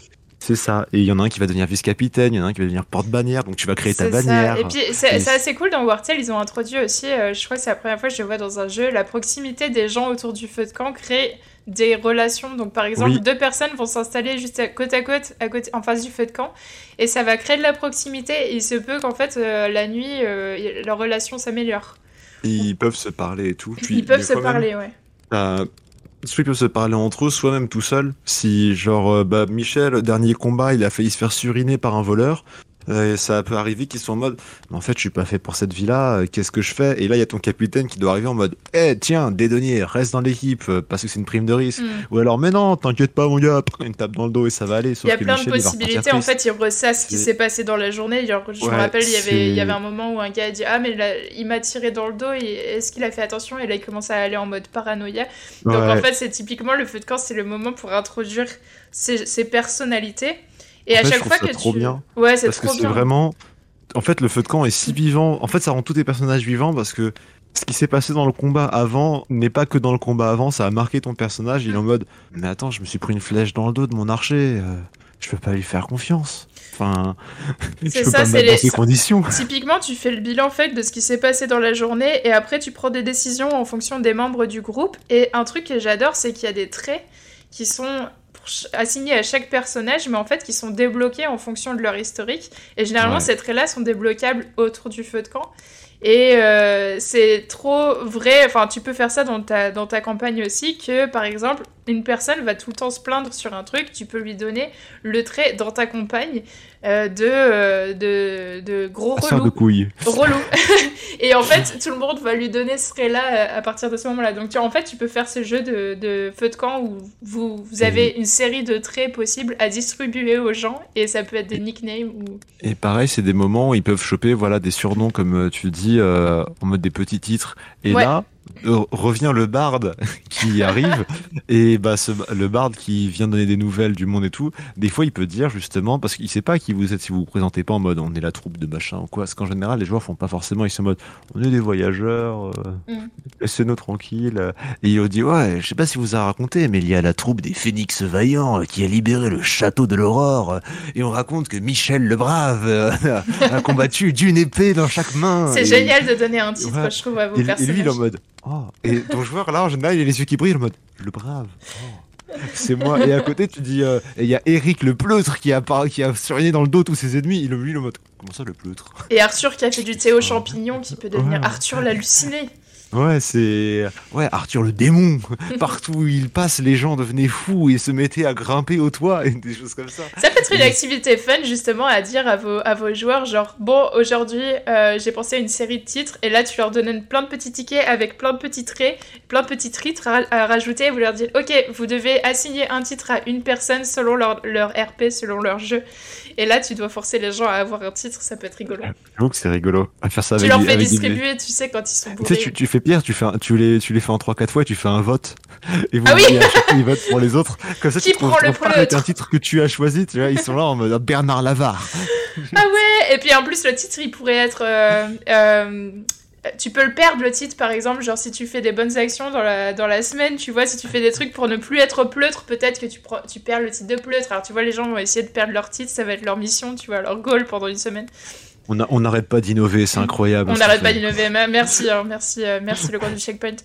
Speaker 2: C'est ça. Et il y en a un qui va devenir vice-capitaine, il y en a un qui va devenir porte-bannière, donc tu vas créer ta
Speaker 1: C'est ça.
Speaker 2: bannière.
Speaker 1: Et puis c'est
Speaker 2: Et
Speaker 1: c'est assez cool dans Wartel, ils ont introduit aussi, euh, je crois que c'est la première fois que je le vois dans un jeu, la proximité des gens autour du feu de camp crée des relations. Donc par exemple,
Speaker 2: oui,
Speaker 1: deux personnes vont s'installer juste à côte à côte, à côté, en face du feu de camp, et ça va créer de la proximité. Et il se peut qu'en fait euh, la nuit, euh, leur relation s'améliore.
Speaker 2: ils peuvent se parler et tout. Puis
Speaker 1: Ils peuvent
Speaker 2: des
Speaker 1: se
Speaker 2: fois même,
Speaker 1: parler, ouais.
Speaker 2: t'as- soit ils peuvent se parler entre eux, soit même tout seul. Si genre euh, bah Michel, dernier combat, il a failli se faire suriner par un voleur. Euh, ça peut arriver qu'ils soient en mode, mais en fait, je suis pas fait pour cette vie-là. euh, Qu'est-ce que je fais? Et là, il y a ton capitaine qui doit arriver en mode, eh tiens, des deniers, reste dans l'équipe euh, parce que c'est une prime de risque.
Speaker 1: Mm.
Speaker 2: Ou alors, mais non, t'inquiète pas, mon gars, une tape dans le dos et ça va aller.
Speaker 1: Il
Speaker 2: Sauf
Speaker 1: y a
Speaker 2: que
Speaker 1: plein
Speaker 2: Michel,
Speaker 1: de
Speaker 2: il va repartir
Speaker 1: possibilités. En
Speaker 2: triste.
Speaker 1: fait, il ressasse ce qui
Speaker 2: C'est-
Speaker 1: s'est passé dans la journée. Genre, je me
Speaker 2: Ouais,
Speaker 1: rappelle, il y avait, il y
Speaker 2: c'est-
Speaker 1: avait un moment où un gars a dit ah mais là, il m'a tiré dans le dos. Et est-ce qu'il a fait attention? Et là, il commence à aller en mode paranoïa. Donc en
Speaker 2: Ouais.
Speaker 1: fait, c'est typiquement le feu de camp, c'est le moment pour introduire ces, ces personnalités. Et
Speaker 2: En
Speaker 1: à
Speaker 2: fait, je
Speaker 1: chaque
Speaker 2: trouve
Speaker 1: fois
Speaker 2: ça
Speaker 1: que
Speaker 2: trop
Speaker 1: tu,
Speaker 2: bien.
Speaker 1: ouais, c'est
Speaker 2: Parce que
Speaker 1: trop
Speaker 2: c'est
Speaker 1: bien.
Speaker 2: vraiment. En fait, le feu de camp est si vivant. En fait, ça rend tous tes personnages vivants parce que ce qui s'est passé dans le combat avant n'est pas que dans le combat avant. Ça a marqué ton personnage. Il est en mode, mais attends, je me suis pris une flèche dans le dos de mon archer. euh, je peux pas lui faire confiance. Enfin, je
Speaker 1: C'est
Speaker 2: peux
Speaker 1: ça,
Speaker 2: pas me
Speaker 1: c'est
Speaker 2: mettre dans
Speaker 1: les-
Speaker 2: ces conditions.
Speaker 1: Typiquement, tu fais le bilan fait de ce qui s'est passé dans la journée et après tu prends des décisions en fonction des membres du groupe. Et un truc que j'adore, c'est qu'il y a des traits qui sont pour ch- assignés à chaque personnage, mais en fait qui sont débloqués en fonction de leur historique. Et généralement,
Speaker 2: Ouais.
Speaker 1: ces traits-là sont débloquables autour du feu de camp. Et euh, c'est trop vrai, enfin tu peux faire ça dans ta, dans ta campagne aussi, que par exemple, une personne va tout le temps se plaindre sur un truc, tu peux lui donner le trait dans ta campagne euh, de, euh, de, de gros
Speaker 2: Passeur de
Speaker 1: relou.
Speaker 2: couilles.
Speaker 1: Relou. Et en fait, tout le monde va lui donner ce trait-là euh, à partir de ce moment-là. Donc tu, en fait, tu peux faire ce jeu de, de feu de camp où vous, vous avez une série de traits possibles à distribuer aux gens, et ça peut être des nicknames ou...
Speaker 2: Et pareil, c'est des moments où ils peuvent choper voilà, des surnoms, comme euh, tu dis, euh, en mode des petits titres. Et
Speaker 1: Ouais.
Speaker 2: là, euh, revient le barde qui arrive. Et bah, ce, le barde qui vient donner des nouvelles du monde et tout, des fois, il peut dire justement, parce qu'il sait pas qui vous êtes si vous vous présentez pas en mode on est la troupe de machin ou quoi. Parce qu'en général, les joueurs font pas forcément, ils sont en mode on est des voyageurs, euh,
Speaker 1: Mm.
Speaker 2: laissez-nous tranquilles. Et il dit ouais, je sais pas si vous a raconté, mais il y a la troupe des phénix vaillants euh, qui a libéré le château de l'aurore. euh, Et on raconte que Michel le Brave euh, a combattu d'une épée dans chaque main.
Speaker 1: C'est
Speaker 2: Et-
Speaker 1: génial de donner un titre,
Speaker 2: Ouais.
Speaker 1: je trouve, à vos
Speaker 2: Et, lui- et
Speaker 1: personnages.
Speaker 2: lui, il est en mode oh. Et ton joueur, là, en général, il a les yeux qui brillent, en mode le Brave. Oh. C'est moi. Et à côté, tu dis, euh, et il y a Eric le pleutre qui a, par- qui a surligné dans le dos tous ses ennemis. Il lui, le mode comment ça, le pleutre?
Speaker 1: Et Arthur qui a fait du thé aux champignons, qui peut devenir
Speaker 2: Ouais.
Speaker 1: Arthur l'halluciné.
Speaker 2: Ouais, c'est. Ouais, Arthur le démon. Partout où il passe, les gens devenaient fous et se mettaient à grimper au toit et des choses comme ça.
Speaker 1: Ça peut être une
Speaker 2: Et-
Speaker 1: activité fun, justement, à dire à vos, à vos joueurs, genre, bon, aujourd'hui, euh, j'ai pensé à une série de titres, et là, tu leur donnes plein de petits tickets avec plein de petits traits, plein de petits titres à, à rajouter, et vous leur dites, ok, vous devez assigner un titre à une personne selon leur, leur R P, selon leur jeu. Et là, tu dois forcer les gens à avoir un titre, ça peut être rigolo.
Speaker 2: J'avoue que c'est rigolo à faire ça
Speaker 1: Tu
Speaker 2: avec
Speaker 1: leur
Speaker 2: des-
Speaker 1: fais
Speaker 2: avec des-
Speaker 1: distribuer, tu sais, quand ils sont
Speaker 2: Tu
Speaker 1: bourrés.
Speaker 2: sais, tu, tu fais pire, tu, fais un- tu, les, tu les fais en trois quatre fois et tu fais un vote. Et vous
Speaker 1: Ah oui.
Speaker 2: voyez, à chaque fois, ils votent pour les autres. Comme ça,
Speaker 1: Qui
Speaker 2: tu te
Speaker 1: prend le
Speaker 2: retrouves pas avec
Speaker 1: pleutre
Speaker 2: un titre que tu as choisi. Tu vois, ils sont là en mode Bernard Lavare.
Speaker 1: Ah ouais. Et puis en plus, le titre, il pourrait être... euh, euh, tu peux le perdre, le titre, par exemple, genre si tu fais des bonnes actions dans la, dans la semaine, tu vois, si tu fais des trucs pour ne plus être pleutre, peut-être que tu, prends- tu perds le titre de pleutre. Alors tu vois, les gens vont essayer de perdre leur titre, ça va être leur mission, tu vois, leur goal pendant une semaine.
Speaker 2: On a- on n'arrête pas d'innover, c'est incroyable.
Speaker 1: On
Speaker 2: ce
Speaker 1: n'arrête
Speaker 2: qu'on
Speaker 1: pas
Speaker 2: fait.
Speaker 1: d'innover. Mais Merci, hein, merci, euh, merci le cours du checkpoint.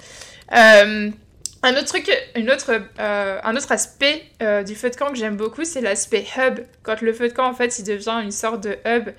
Speaker 1: Euh, un autre truc, une autre, euh, un autre aspect euh, du feu de camp que j'aime beaucoup, c'est l'aspect hub. Quand le feu de camp, en fait, il devient une sorte de hub.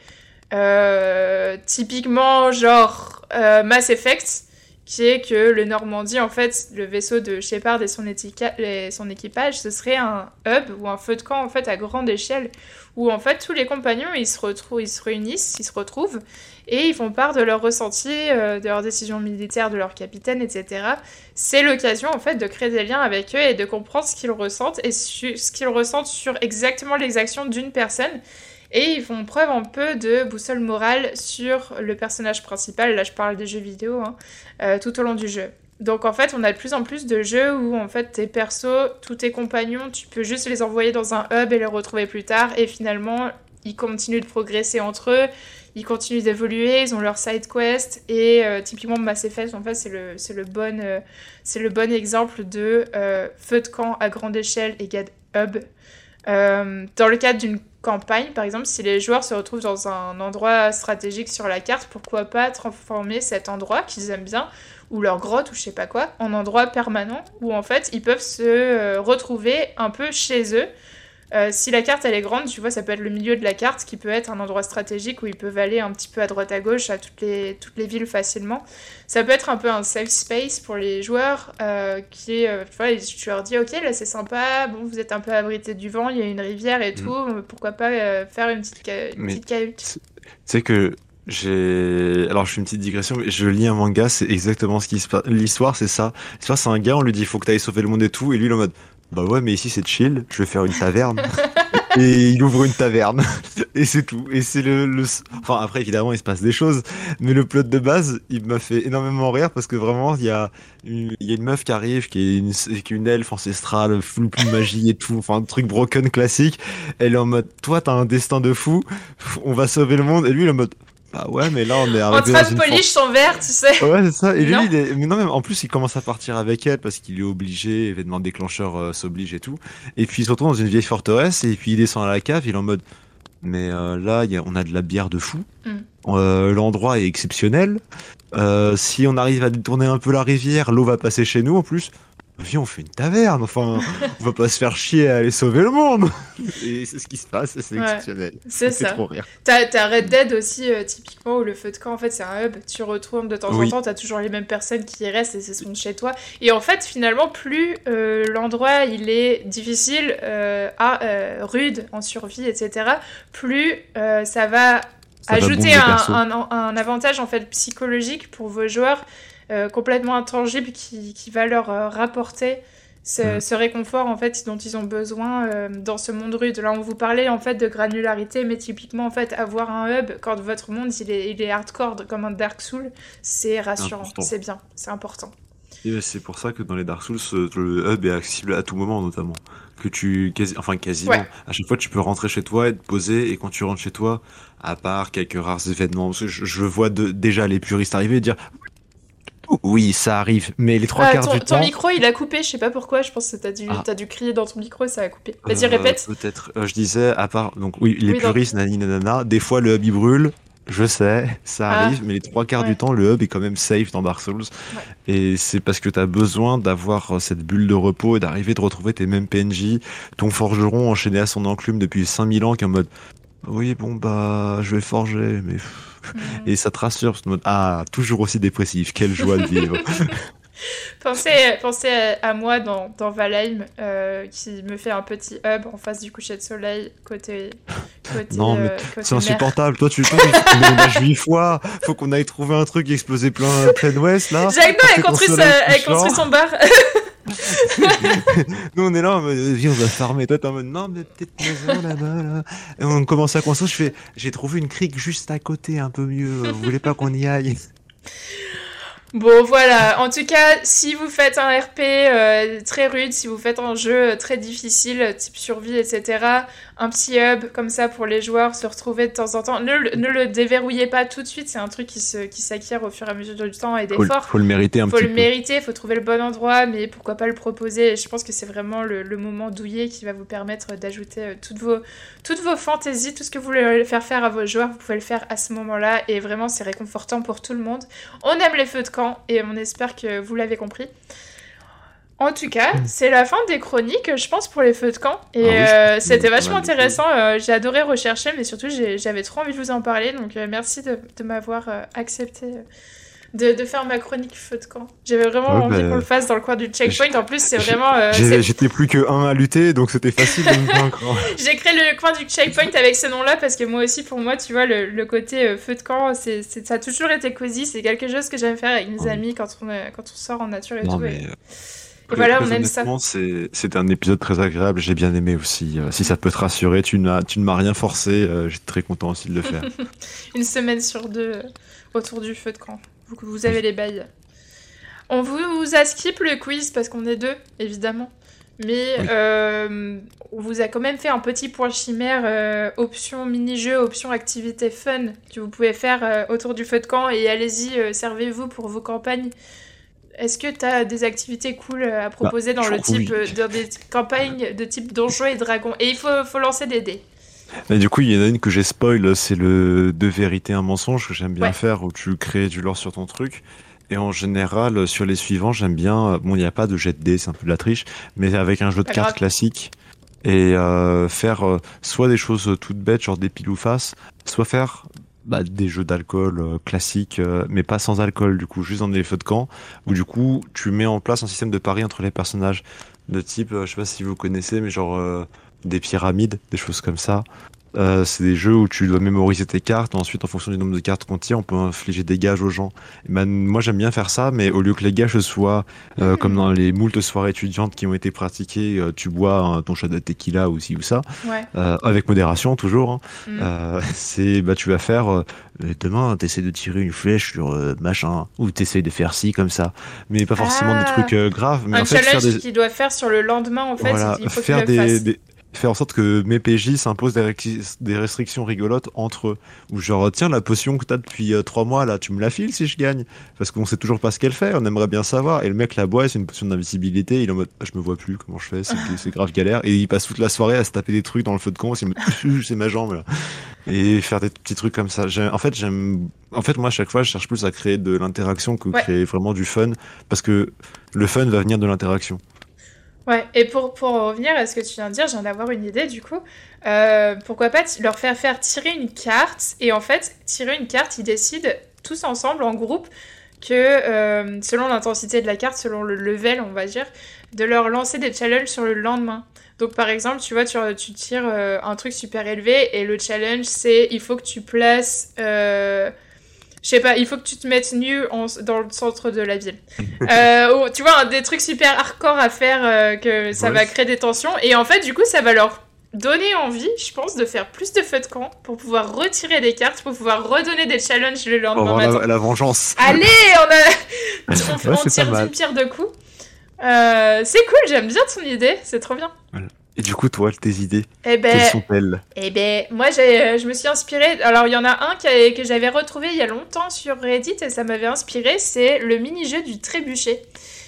Speaker 1: Euh, typiquement, genre euh, Mass Effect, qui est que le Normandie, en fait, le vaisseau de Shepard et son, ética- et son équipage, ce serait un hub ou un feu de camp, en fait, à grande échelle, où, en fait, tous les compagnons, ils se, retrouvent, ils se réunissent, ils se retrouvent, et ils font part de leurs ressentis, euh, de leurs décisions militaires, de leur capitaine, et cetera. C'est l'occasion, en fait, de créer des liens avec eux et de comprendre ce qu'ils ressentent, et su- ce qu'ils ressentent sur exactement les actions d'une personne. Et ils font preuve un peu de boussole morale sur le personnage principal, là je parle des jeux vidéo, hein, euh, tout au long du jeu. Donc en fait, on a de plus en plus de jeux où en fait tes persos, tous tes compagnons, tu peux juste les envoyer dans un hub et les retrouver plus tard, et finalement, ils continuent de progresser entre eux, ils continuent d'évoluer, ils ont leur side quest, et euh, typiquement Mass Effect, en fait, c'est le, c'est le, bon, euh, c'est le bon exemple de euh, feu de camp à grande échelle égale hub. Euh, dans le cadre d'une campagne, par exemple, si les joueurs se retrouvent dans un endroit stratégique sur la carte, pourquoi pas transformer cet endroit qu'ils aiment bien, ou leur grotte, ou je sais pas quoi, en endroit permanent, où en fait, ils peuvent se euh, retrouver un peu chez eux. Euh, si la carte elle est grande, tu vois, ça peut être le milieu de la carte qui peut être un endroit stratégique où ils peuvent aller un petit peu à droite à gauche à toutes les, toutes les villes facilement. Ça peut être un peu un safe space pour les joueurs euh, qui est, euh, tu vois, tu leur dis ok là c'est sympa, bon vous êtes un peu abrité du vent, il y a une rivière et mmh. tout, pourquoi pas euh, faire une petite, ca- une petite cahute.
Speaker 2: Tu sais que j'ai... Alors je fais une petite digression, mais je lis un manga, c'est exactement ce qui se passe. L'histoire c'est ça. L'histoire c'est un gars, on lui dit il faut que t'ailles sauver le monde et tout, et lui il est en mode bah ouais mais ici c'est chill, je vais faire une taverne. Et il ouvre une taverne et c'est tout, et c'est le, le enfin après évidemment il se passe des choses, mais le plot de base il m'a fait énormément rire parce que vraiment il y a une, il y a une meuf qui arrive qui est une, qui est une elfe ancestrale full plus magie et tout, enfin un truc broken classique. Elle est en mode toi t'as un destin de fou, on va sauver le monde, et lui il est en mode ah ouais mais là on est arrivé
Speaker 1: en train de polish son verre tu sais.
Speaker 2: Ouais c'est ça, et lui
Speaker 1: non.
Speaker 2: il est mais non même en plus il commence à partir avec elle parce qu'il est obligé, événement déclencheur euh, s'oblige et tout, et puis il se retrouve dans une vieille forteresse et puis il descend à la cave, il est en mode mais euh, là y a, on a de la bière de fou, mm. euh, l'endroit est exceptionnel, euh, si on arrive à détourner un peu la rivière l'eau va passer chez nous en plus, viens on fait une taverne, enfin on va pas se faire chier à aller sauver le monde. Et c'est ce qui se passe, c'est ouais, exceptionnel,
Speaker 1: c'est ça, ça. Trop rire. T'as, t'as Red Dead aussi euh, typiquement où le feu de camp en fait c'est un hub, tu retournes de temps oui. en temps, t'as toujours les mêmes personnes qui y restent et c'est sont chez toi, et en fait finalement plus euh, l'endroit il est difficile, euh, à, euh, rude en survie etc, plus euh, ça va ça ajouter va un, un, un avantage en fait psychologique pour vos joueurs. Euh, complètement intangible qui, qui va leur euh, rapporter ce, mmh. ce réconfort en fait dont ils ont besoin euh, dans ce monde rude. Là on vous parlait en fait de granularité, mais typiquement en fait avoir un hub quand votre monde il est, il est hardcore comme un Dark Souls, c'est rassurant, important. C'est bien, c'est important.
Speaker 2: Et c'est pour ça que dans les Dark Souls le hub est accessible à tout moment notamment, que tu quasi, enfin quasiment ouais. à chaque fois tu peux rentrer chez toi et te poser, et quand tu rentres chez toi, à part quelques rares événements, parce que je, je vois de, déjà les puristes arriver et dire oui, ça arrive, mais les trois ah, quarts
Speaker 1: ton,
Speaker 2: du
Speaker 1: ton
Speaker 2: temps...
Speaker 1: Ton micro, il a coupé, je sais pas pourquoi, je pense que t'as dû, ah. t'as dû crier dans ton micro et ça a coupé. Vas-y, euh, répète.
Speaker 2: Peut-être, euh, je disais, à part, donc oui, les oui, puristes, donc... nani nanana, des fois le hub il brûle, je sais, ça ah. arrive, mais les trois quarts ouais. du temps, le hub est quand même safe dans Dark Souls. Ouais. Et c'est parce que t'as besoin d'avoir cette bulle de repos et d'arriver de retrouver tes mêmes P N J, ton forgeron enchaîné à son enclume depuis cinq mille ans qui est en mode... Oui, bon, bah, je vais forger, mais... Mmh. Et ça te rassure, parce que ah, toujours aussi dépressif, quelle joie de vivre.
Speaker 1: pensez, pensez à moi dans, dans Valheim, euh, qui me fait un petit hub en face du coucher de soleil, côté... côté
Speaker 2: non, mais
Speaker 1: euh, côté
Speaker 2: c'est insupportable. Toi, tu, toi, tu déménages huit fois, faut qu'on aille trouver un truc exploser plein, plein ouest, là.
Speaker 1: Jacques, elle construit, sa, elle construit son bar.
Speaker 2: Nous on est là, on va farmer. Toi t'es en mode non, mais peut-être maison là-bas. Là. Et on commence à construire. Je fais j'ai trouvé une crique juste à côté, un peu mieux. Vous voulez pas qu'on y aille?
Speaker 1: Bon voilà, en tout cas, si vous faites un R P euh, très rude, si vous faites un jeu très difficile, type survie, et cetera, un petit hub comme ça pour les joueurs, se retrouver de temps en temps, ne, ne le déverrouillez pas tout de suite, c'est un truc qui, se, qui s'acquiert au fur et à mesure du temps et d'efforts.
Speaker 2: Faut, faut le mériter un
Speaker 1: faut
Speaker 2: petit
Speaker 1: peu. Faut le
Speaker 2: peu.
Speaker 1: mériter, faut trouver le bon endroit, mais pourquoi pas le proposer. Je pense que c'est vraiment le, le moment douillet qui va vous permettre d'ajouter euh, toutes vos, toutes vos fantaisies, tout ce que vous voulez faire faire à vos joueurs, vous pouvez le faire à ce moment-là, et vraiment c'est réconfortant pour tout le monde. On aime les feux de camp, et on espère que vous l'avez compris. En tout cas, mmh. c'est la fin des chroniques, je pense, pour les feux de camp. Et ah oui, euh, c'était vachement intéressant. Euh, j'ai adoré rechercher, mais surtout, j'ai, j'avais trop envie de vous en parler. Donc, euh, merci de, de m'avoir euh, accepté de, de faire ma chronique feux de camp. J'avais vraiment ouais, envie bah, qu'on le fasse dans le coin du checkpoint. En plus, c'est vraiment... Euh,
Speaker 2: c'est... J'étais plus que un à lutter, donc c'était facile de me vaincre.
Speaker 1: J'ai créé le coin du checkpoint avec ce nom-là, parce que moi aussi, pour moi, tu vois, le, le côté euh, feu de camp, c'est, c'est, ça a toujours été cosy. C'est quelque chose que j'aime faire avec mes oh. amis quand on, euh, quand on sort en nature et
Speaker 2: non,
Speaker 1: tout.
Speaker 2: Mais...
Speaker 1: Et... Et voilà, on aime ça.
Speaker 2: C'est, c'était un épisode très agréable, j'ai bien aimé aussi. Euh, si ça peut te rassurer, tu, n'as, tu ne m'as rien forcé, euh, j'étais très content aussi de le faire.
Speaker 1: Une semaine sur deux euh, autour du feu de camp. Vous, vous avez les bails. On vous, vous a skip le quiz parce qu'on est deux, évidemment. Mais oui. euh, on vous a quand même fait un petit point chimère, euh, option mini-jeu, option activité fun que vous pouvez faire euh, autour du feu de camp. Et allez-y, euh, servez-vous pour vos campagnes. est-ce que tu as des activités cool à proposer
Speaker 2: bah,
Speaker 1: dans le type,
Speaker 2: oui.
Speaker 1: dans des campagnes de type Donjons et Dragons? Et il faut, faut lancer des dés.
Speaker 2: Et du coup, il y en a une que j'ai spoil, c'est le deux vérités, un mensonge que j'aime bien
Speaker 1: Ouais.
Speaker 2: faire où tu crées du lore sur ton truc. Et en général, sur les suivants, j'aime bien. Bon, il n'y a pas de jet de dés, c'est un peu de la triche, mais avec un jeu de
Speaker 1: Pas
Speaker 2: cartes
Speaker 1: grave.
Speaker 2: classique et euh, faire euh, soit des choses toutes bêtes, genre des piles ou face, soit faire bah, des jeux d'alcool euh, classiques, euh, mais pas sans alcool, du coup, juste dans des feux de camp, où du coup, tu mets en place un système de pari entre les personnages de type, euh, je sais pas si vous connaissez, mais genre euh, des pyramides, des choses comme ça. Euh, c'est des jeux où tu dois mémoriser tes cartes. Ensuite, en fonction du nombre de cartes qu'on tire, on peut infliger des gages aux gens. Et ben, moi, j'aime bien faire ça, mais au lieu que les gages soient euh, comme dans les moultes soirées étudiantes qui ont été pratiquées, euh, tu bois hein, ton shot de tequila ou ci ou ça,
Speaker 1: Ouais.
Speaker 2: euh, avec modération toujours. Hein.
Speaker 1: Mm.
Speaker 2: Euh, c'est bah tu vas faire euh, demain, t'essaies de tirer une flèche sur euh, machin, ou t'essayes de faire ci comme ça, mais pas forcément des
Speaker 1: Ah,
Speaker 2: trucs euh, graves. Mais
Speaker 1: un
Speaker 2: en fait, faire
Speaker 1: challenge
Speaker 2: des
Speaker 1: qu'il doit faire sur le lendemain, en fait,
Speaker 2: voilà,
Speaker 1: il faut qu'il
Speaker 2: faire
Speaker 1: le
Speaker 2: des,
Speaker 1: fasse.
Speaker 2: des- faire en sorte que mes P J s'imposent des, réqui- des restrictions rigolotes entre eux. Ou genre, tiens, la potion que t'as depuis euh, trois mois, là, tu me la files si je gagne. Parce qu'on sait toujours pas ce qu'elle fait, on aimerait bien savoir. Et le mec la boit, c'est une potion d'invisibilité, il est en mode, ah, je me vois plus, comment je fais, c'est, c'est grave galère. Et il passe toute la soirée à se taper des trucs dans le feu de camp, il me c'est ma jambe, là. Et faire des petits trucs comme ça. J'ai- en fait, j'aime, en fait, moi, à chaque fois, je cherche plus à créer de l'interaction que
Speaker 1: Ouais.
Speaker 2: créer vraiment du fun. Parce que le fun va venir de l'interaction.
Speaker 1: Ouais, et pour, pour en revenir à ce que tu viens de dire, je viens d'avoir une idée du coup. Euh, pourquoi pas t- leur faire faire tirer une carte, et en fait, tirer une carte, ils décident tous ensemble, en groupe, que euh, selon l'intensité de la carte, selon le level, on va dire, de leur lancer des challenges sur le lendemain. Donc par exemple, tu vois, tu, tu tires euh, un truc super élevé, et le challenge, c'est il faut que tu places... Euh, je sais pas, il faut que tu te mettes nu en- dans le centre de la ville. Euh, ou, tu vois, un- des trucs super hardcore à faire, euh, que ça
Speaker 2: Ouais.
Speaker 1: va créer des tensions. Et en fait, du coup, ça va leur donner envie, je pense, de faire plus de feux de camp pour pouvoir retirer des cartes, pour pouvoir redonner des challenges le
Speaker 2: Pour
Speaker 1: lendemain
Speaker 2: avoir
Speaker 1: matin.
Speaker 2: la, la vengeance.
Speaker 1: Allez, on a... on, fait-
Speaker 2: Ouais,
Speaker 1: on
Speaker 2: c'est
Speaker 1: tire
Speaker 2: pas mal.
Speaker 1: d'une pierre deux coups. Euh, c'est cool, j'aime bien ton idée, c'est trop bien.
Speaker 2: Et du coup, toi, tes idées,
Speaker 1: Eh ben,
Speaker 2: quelles sont-elles?
Speaker 1: Eh ben, moi, j'ai, euh, je me suis inspirée. Alors, il y en a un qui a- que j'avais retrouvé il y a longtemps sur Reddit et ça m'avait inspiré. C'est le mini-jeu du trébuchet.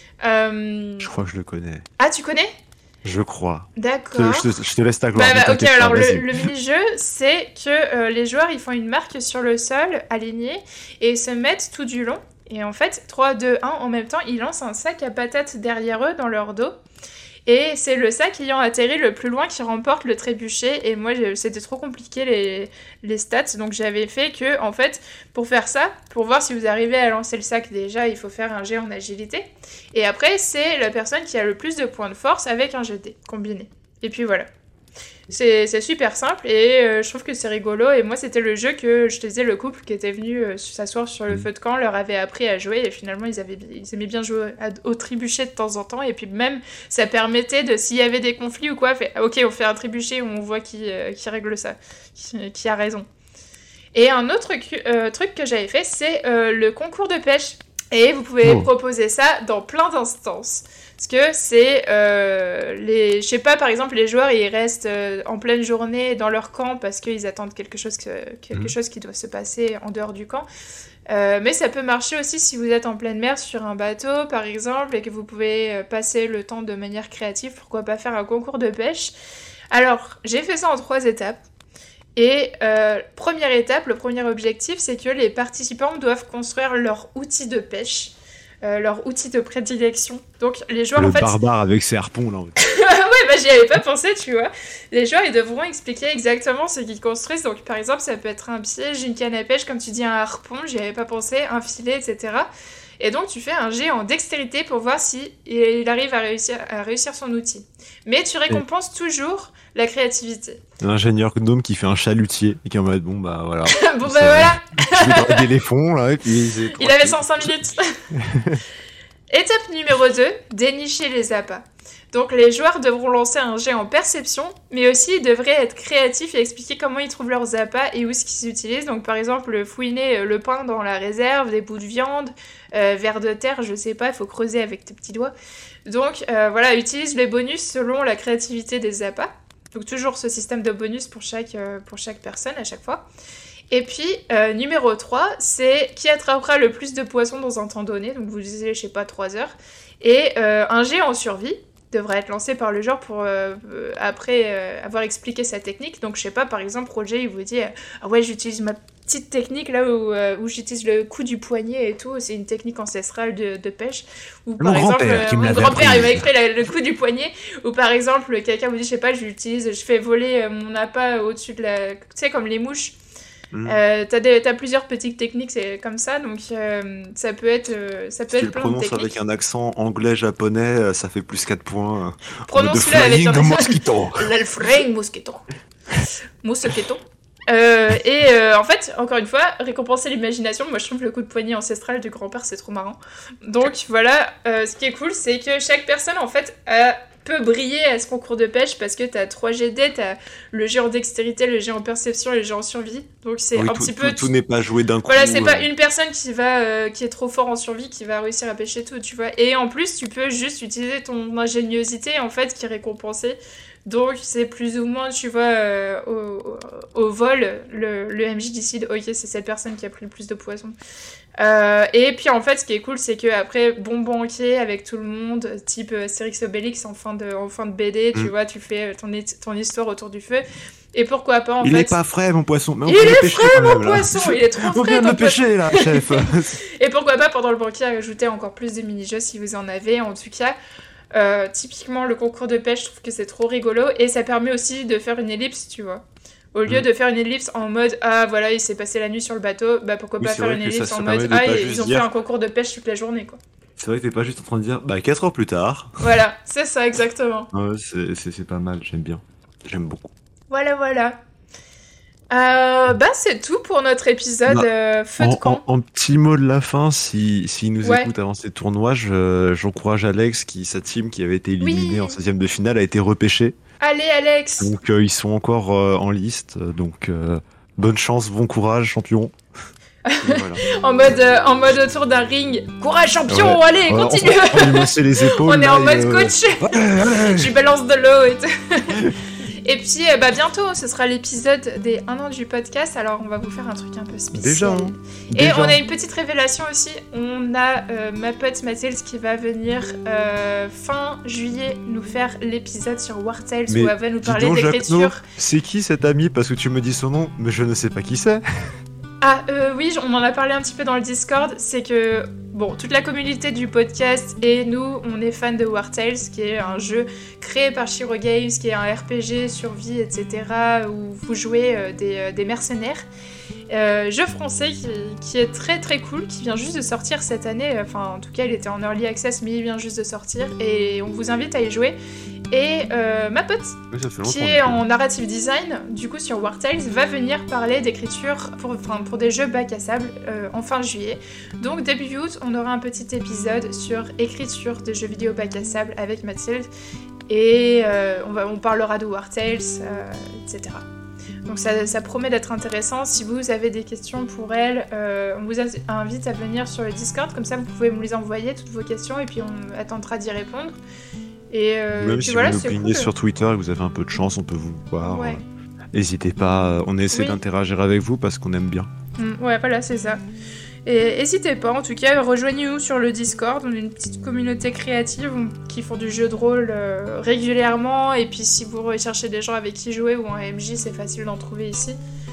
Speaker 1: Euh,
Speaker 2: Je crois que je le connais.
Speaker 1: Ah, tu connais?
Speaker 2: Je crois. Je,
Speaker 1: D'accord.
Speaker 2: je te, je te laisse ta gloire.
Speaker 1: Bah,
Speaker 2: ne
Speaker 1: bah, ok,
Speaker 2: t'inquiète pas,
Speaker 1: alors le,
Speaker 2: vas-y.
Speaker 1: le mini-jeu, c'est que euh, les joueurs, ils font une marque sur le sol, alignée, et ils se mettent tout du long. Et en fait, trois, deux, un, en même temps, ils lancent un sac à patates derrière eux, dans leur dos. Et c'est le sac ayant atterri le plus loin qui remporte le trébuchet. Et moi, j'ai- c'était trop compliqué les, les stats. Donc j'avais fait que, en fait, pour faire ça, pour voir si vous arrivez à lancer le sac déjà, il faut faire un jet en agilité. Et après, c'est la personne qui a le plus de points de force avec un jet de dés combiné. Et puis voilà. C'est c'est super simple et euh, je trouve que c'est rigolo. Et moi, c'était le jeu que je te disais, le couple qui était venu euh, s'asseoir sur le
Speaker 2: Mhm.
Speaker 1: feu de camp leur avait appris à jouer. Et finalement, ils, avaient, ils aimaient bien jouer à- au trébuchet de temps en temps. Et puis même, ça permettait de, s'il y avait des conflits ou quoi, fait, ok, on fait un trébuchet où on voit qui, euh, qui règle ça, qui, qui a raison. Et un autre cu- euh, truc que j'avais fait, c'est euh, le concours de pêche. Et vous pouvez
Speaker 2: Oh.
Speaker 1: proposer ça dans plein d'instances. Parce que c'est euh, les... Je sais pas, par exemple, les joueurs, ils restent euh, en pleine journée dans leur camp parce qu'ils attendent quelque chose, que, quelque
Speaker 2: Mhm.
Speaker 1: chose qui doit se passer en dehors du camp. Euh, mais ça peut marcher aussi si vous êtes en pleine mer sur un bateau, par exemple, et que vous pouvez euh, passer le temps de manière créative. Pourquoi pas faire un concours de pêche? Alors, j'ai fait ça en trois étapes. Et euh, première étape, le premier objectif, c'est que les participants doivent construire leur outil de pêche, euh, leur outil de prédilection. Donc les joueurs,
Speaker 2: Le
Speaker 1: en fait...
Speaker 2: barbare avec ses harpons, là.
Speaker 1: ouais, bah j'y avais pas pensé, tu vois. Les joueurs, ils devront expliquer exactement ce qu'ils construisent. Donc par exemple, ça peut être un piège, une canne à pêche, comme tu dis, un harpon, j'y avais pas pensé, un filet, et cetera. Et donc tu fais un jet en dextérité pour voir si il arrive à réussir, à réussir son outil. Mais tu récompenses toujours la créativité.
Speaker 2: L'ingénieur gnome qui fait un chalutier et qui est en mode bon bah voilà.
Speaker 1: bon
Speaker 2: Ça-
Speaker 1: bah voilà,
Speaker 2: Je vais draguer les fonds là et puis c'est
Speaker 1: il avait
Speaker 2: tranquille.
Speaker 1: cent cinq minutes. Étape numéro deux, dénicher les appâts. Donc les joueurs devront lancer un jet en perception, mais aussi ils devraient être créatifs et expliquer comment ils trouvent leurs appâts et où est-ce qu'ils utilisent. Donc par exemple, fouiner euh, le pain dans la réserve, des bouts de viande, euh, vers de terre, je sais pas, il faut creuser avec tes petits doigts. Donc euh, voilà, utilise les bonus selon la créativité des appâts. Donc toujours ce système de bonus pour chaque, euh, pour chaque personne à chaque fois. Et puis, euh, numéro trois, c'est qui attrapera le plus de poissons dans un temps donné. Donc vous disiez, je sais pas, trois heures. Et euh, un jet en survie devrait être lancé par le joueur pour, euh, après euh, avoir expliqué sa technique. Donc je sais pas, par exemple, Roger, il vous dit « Ah ouais, j'utilise ma petite technique là où, euh, où j'utilise le coup du poignet et tout. C'est une technique ancestrale de, de pêche. » Ou par
Speaker 2: mon
Speaker 1: exemple,
Speaker 2: grand-père qui me
Speaker 1: mon
Speaker 2: l'avait
Speaker 1: grand-père,
Speaker 2: appris.
Speaker 1: il m'a écrit la- le coup du poignet. Ou par exemple, quelqu'un vous dit « Je sais pas, j'utilise, je fais voler mon appât au-dessus de la... » Tu sais, comme les mouches.
Speaker 2: Mm.
Speaker 1: Euh, t'as, des, t'as plusieurs petites techniques c'est comme ça, donc euh, ça peut être, euh, ça peut
Speaker 2: Si tu
Speaker 1: être
Speaker 2: le
Speaker 1: plein de
Speaker 2: prononces
Speaker 1: techniques.
Speaker 2: avec un accent anglais-japonais, euh, ça fait plus quatre points. euh,
Speaker 1: Prononce-le
Speaker 2: en mode
Speaker 1: avec
Speaker 2: flying
Speaker 1: un
Speaker 2: mosquito.
Speaker 1: Le flying mosquito. Mosquito. Euh, et euh, en fait, encore une fois, récompenser l'imagination. Moi, je trouve le coup de poignet ancestral du grand-père, c'est trop marrant. Donc voilà, euh, ce qui est cool, c'est que chaque personne, en fait, a, peut briller à ce concours de pêche parce que t'as trois G D, t'as le jet en dextérité, le jet en perception et le jet en survie. Donc c'est
Speaker 2: Oui,
Speaker 1: un
Speaker 2: tout,
Speaker 1: petit
Speaker 2: tout-
Speaker 1: peu...
Speaker 2: tout n'est pas joué d'un coup.
Speaker 1: Voilà, c'est pas
Speaker 2: euh.
Speaker 1: une personne qui va euh, qui est trop fort en survie qui va réussir à pêcher tout, tu vois. Et en plus, tu peux juste utiliser ton ingéniosité en fait qui est récompensée. Donc c'est plus ou moins, tu vois, euh, au, au vol, le, le M J décide, ok, c'est cette personne qui a pris le plus de poissons. Euh, et puis en fait, ce qui est cool, c'est que après bon banquet avec tout le monde, type Astérix Obélix en fin de en fin de B D, tu
Speaker 2: Mm.
Speaker 1: vois, tu fais ton, ton histoire autour du feu. Et pourquoi pas en
Speaker 2: Il
Speaker 1: fait.
Speaker 2: est pas frais, mon poisson. Mais on
Speaker 1: Il
Speaker 2: peut le
Speaker 1: est
Speaker 2: pêcher
Speaker 1: frais,
Speaker 2: quand
Speaker 1: mon
Speaker 2: même, là.
Speaker 1: poisson, il est trop
Speaker 2: On
Speaker 1: frais,
Speaker 2: vient de
Speaker 1: ton
Speaker 2: le pêcher, là, chef.
Speaker 1: Et pourquoi pas pendant le banquet ajouter encore plus de mini-jeux si vous en avez. En tout cas, euh, typiquement le concours de pêche, je trouve que c'est trop rigolo et ça permet aussi de faire une ellipse, tu vois. Au lieu
Speaker 2: Mm.
Speaker 1: de faire une ellipse en mode ah voilà il s'est passé la nuit sur le bateau, bah pourquoi
Speaker 2: Oui,
Speaker 1: pas
Speaker 2: c'est
Speaker 1: faire
Speaker 2: vrai
Speaker 1: une
Speaker 2: que ça-
Speaker 1: ellipse
Speaker 2: ça
Speaker 1: en
Speaker 2: permet
Speaker 1: mode
Speaker 2: de
Speaker 1: ah
Speaker 2: pas
Speaker 1: ils
Speaker 2: juste
Speaker 1: ont
Speaker 2: dire-
Speaker 1: fait un concours de pêche toute la journée quoi.
Speaker 2: C'est vrai que t'es pas juste en train de dire, bah quatre heures plus tard.
Speaker 1: Voilà, c'est ça exactement.
Speaker 2: Ouais, c'est- c'est c'est pas mal, j'aime bien. J'aime beaucoup.
Speaker 1: Voilà voilà. Euh, bah c'est tout pour notre épisode
Speaker 2: Bah,
Speaker 1: euh, feu de
Speaker 2: En,
Speaker 1: camp.
Speaker 2: en- en petit mot de la fin, si, s'il nous
Speaker 1: Ouais.
Speaker 2: écoute avant ces tournois, je- j'encourage Alex, qui, sa team qui avait été éliminée
Speaker 1: Oui.
Speaker 2: en seizième de finale, a été repêchée.
Speaker 1: Allez Alex.
Speaker 2: Donc euh, ils sont encore euh, en liste. Donc euh, bonne chance, bon courage, champion. Et voilà.
Speaker 1: En mode euh, en mode autour d'un ring. Courage champion,
Speaker 2: Ouais.
Speaker 1: allez
Speaker 2: Ouais,
Speaker 1: continue.
Speaker 2: On, on lui massait les épaules.
Speaker 1: On est
Speaker 2: là,
Speaker 1: en
Speaker 2: et,
Speaker 1: mode
Speaker 2: euh,
Speaker 1: coach.
Speaker 2: Ouais, allez.
Speaker 1: Je lui balance de l'eau et tout. Et puis, euh, bah, bientôt, ce sera l'épisode des un an du podcast. Alors, on va vous faire un truc un peu spécial.
Speaker 2: Déjà, hein.
Speaker 1: Et
Speaker 2: Déjà.
Speaker 1: on a une petite révélation aussi. On a euh, ma pote Mathilde qui va venir euh, fin juillet nous faire l'épisode sur War Tales
Speaker 2: Mais
Speaker 1: où elle va nous
Speaker 2: dis
Speaker 1: parler
Speaker 2: donc,
Speaker 1: d'écriture.
Speaker 2: Jacques, c'est qui cet ami? Parce que tu me dis son nom, mais je ne sais pas qui c'est.
Speaker 1: Ah euh, oui, on en a parlé un petit peu dans le Discord, c'est que bon, toute la communauté du podcast et nous, on est fans de War Tales, qui est un jeu créé par Shiro Games, qui est un R P G, survie, et cetera, où vous jouez euh, des, euh, des mercenaires. Euh, jeu français qui, qui est très très cool, qui vient juste de sortir cette année, enfin en tout cas il était en early access mais il vient juste de sortir et on vous invite à y jouer. Et euh, ma pote,
Speaker 2: Oui, ça fait longtemps,
Speaker 1: qui
Speaker 2: du
Speaker 1: est
Speaker 2: coup.
Speaker 1: en narrative design, du coup sur War Tales, va venir parler d'écriture pour, enfin, pour des jeux bac à sable euh, en fin juillet. Donc début août, on aura un petit épisode sur écriture de jeux vidéo bac à sable avec Mathilde. Et euh, on, va, on parlera de War Tales, euh, et cetera. Donc ça, ça promet d'être intéressant. Si vous avez des questions pour elle, euh, on vous invite à venir sur le Discord, comme ça vous pouvez me les envoyer, toutes vos questions, et puis on attendra d'y répondre. Et euh,
Speaker 2: Même
Speaker 1: puis
Speaker 2: si
Speaker 1: voilà,
Speaker 2: vous nous
Speaker 1: c'est
Speaker 2: plaignez
Speaker 1: cool.
Speaker 2: sur Twitter et que vous avez un peu de chance, on peut vous voir.
Speaker 1: Ouais.
Speaker 2: Euh, N'hésitez pas, euh, on essaie
Speaker 1: Oui.
Speaker 2: d'interagir avec vous parce qu'on aime bien.
Speaker 1: Mm, ouais, voilà, c'est ça. Et n'hésitez pas, en tout cas, rejoignez-nous sur le Discord. On est une petite communauté créative qui font du jeu de rôle euh, régulièrement. Et puis, si vous recherchez des gens avec qui jouer ou un M J, c'est facile d'en trouver ici.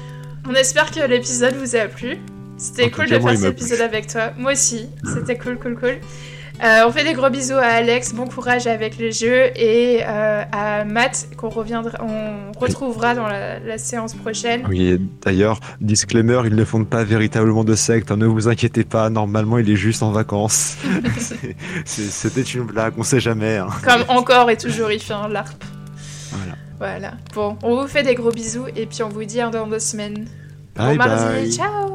Speaker 1: On espère que l'épisode vous a plu. C'était
Speaker 2: En tout
Speaker 1: cool
Speaker 2: cas,
Speaker 1: de
Speaker 2: moi,
Speaker 1: faire
Speaker 2: il
Speaker 1: cet
Speaker 2: m'a
Speaker 1: épisode avec toi. Moi aussi, c'était cool, cool, cool. Euh, on fait des gros bisous à Alex, bon courage avec le jeu, et euh, à Matt, qu'on reviendra, on retrouvera dans la, la séance prochaine.
Speaker 2: Oui, et d'ailleurs, disclaimer, ils ne fondent pas véritablement de secte, hein, ne vous inquiétez pas, normalement il est juste en vacances. C'est- c'est- C'était une blague, on sait jamais. Hein.
Speaker 1: Comme encore et toujours, il fait un larp.
Speaker 2: Voilà.
Speaker 1: Voilà. Bon, on vous fait des gros bisous, et puis on vous dit à dans deux semaines.
Speaker 2: Bye
Speaker 1: Bon mardi,
Speaker 2: bye.
Speaker 1: ciao!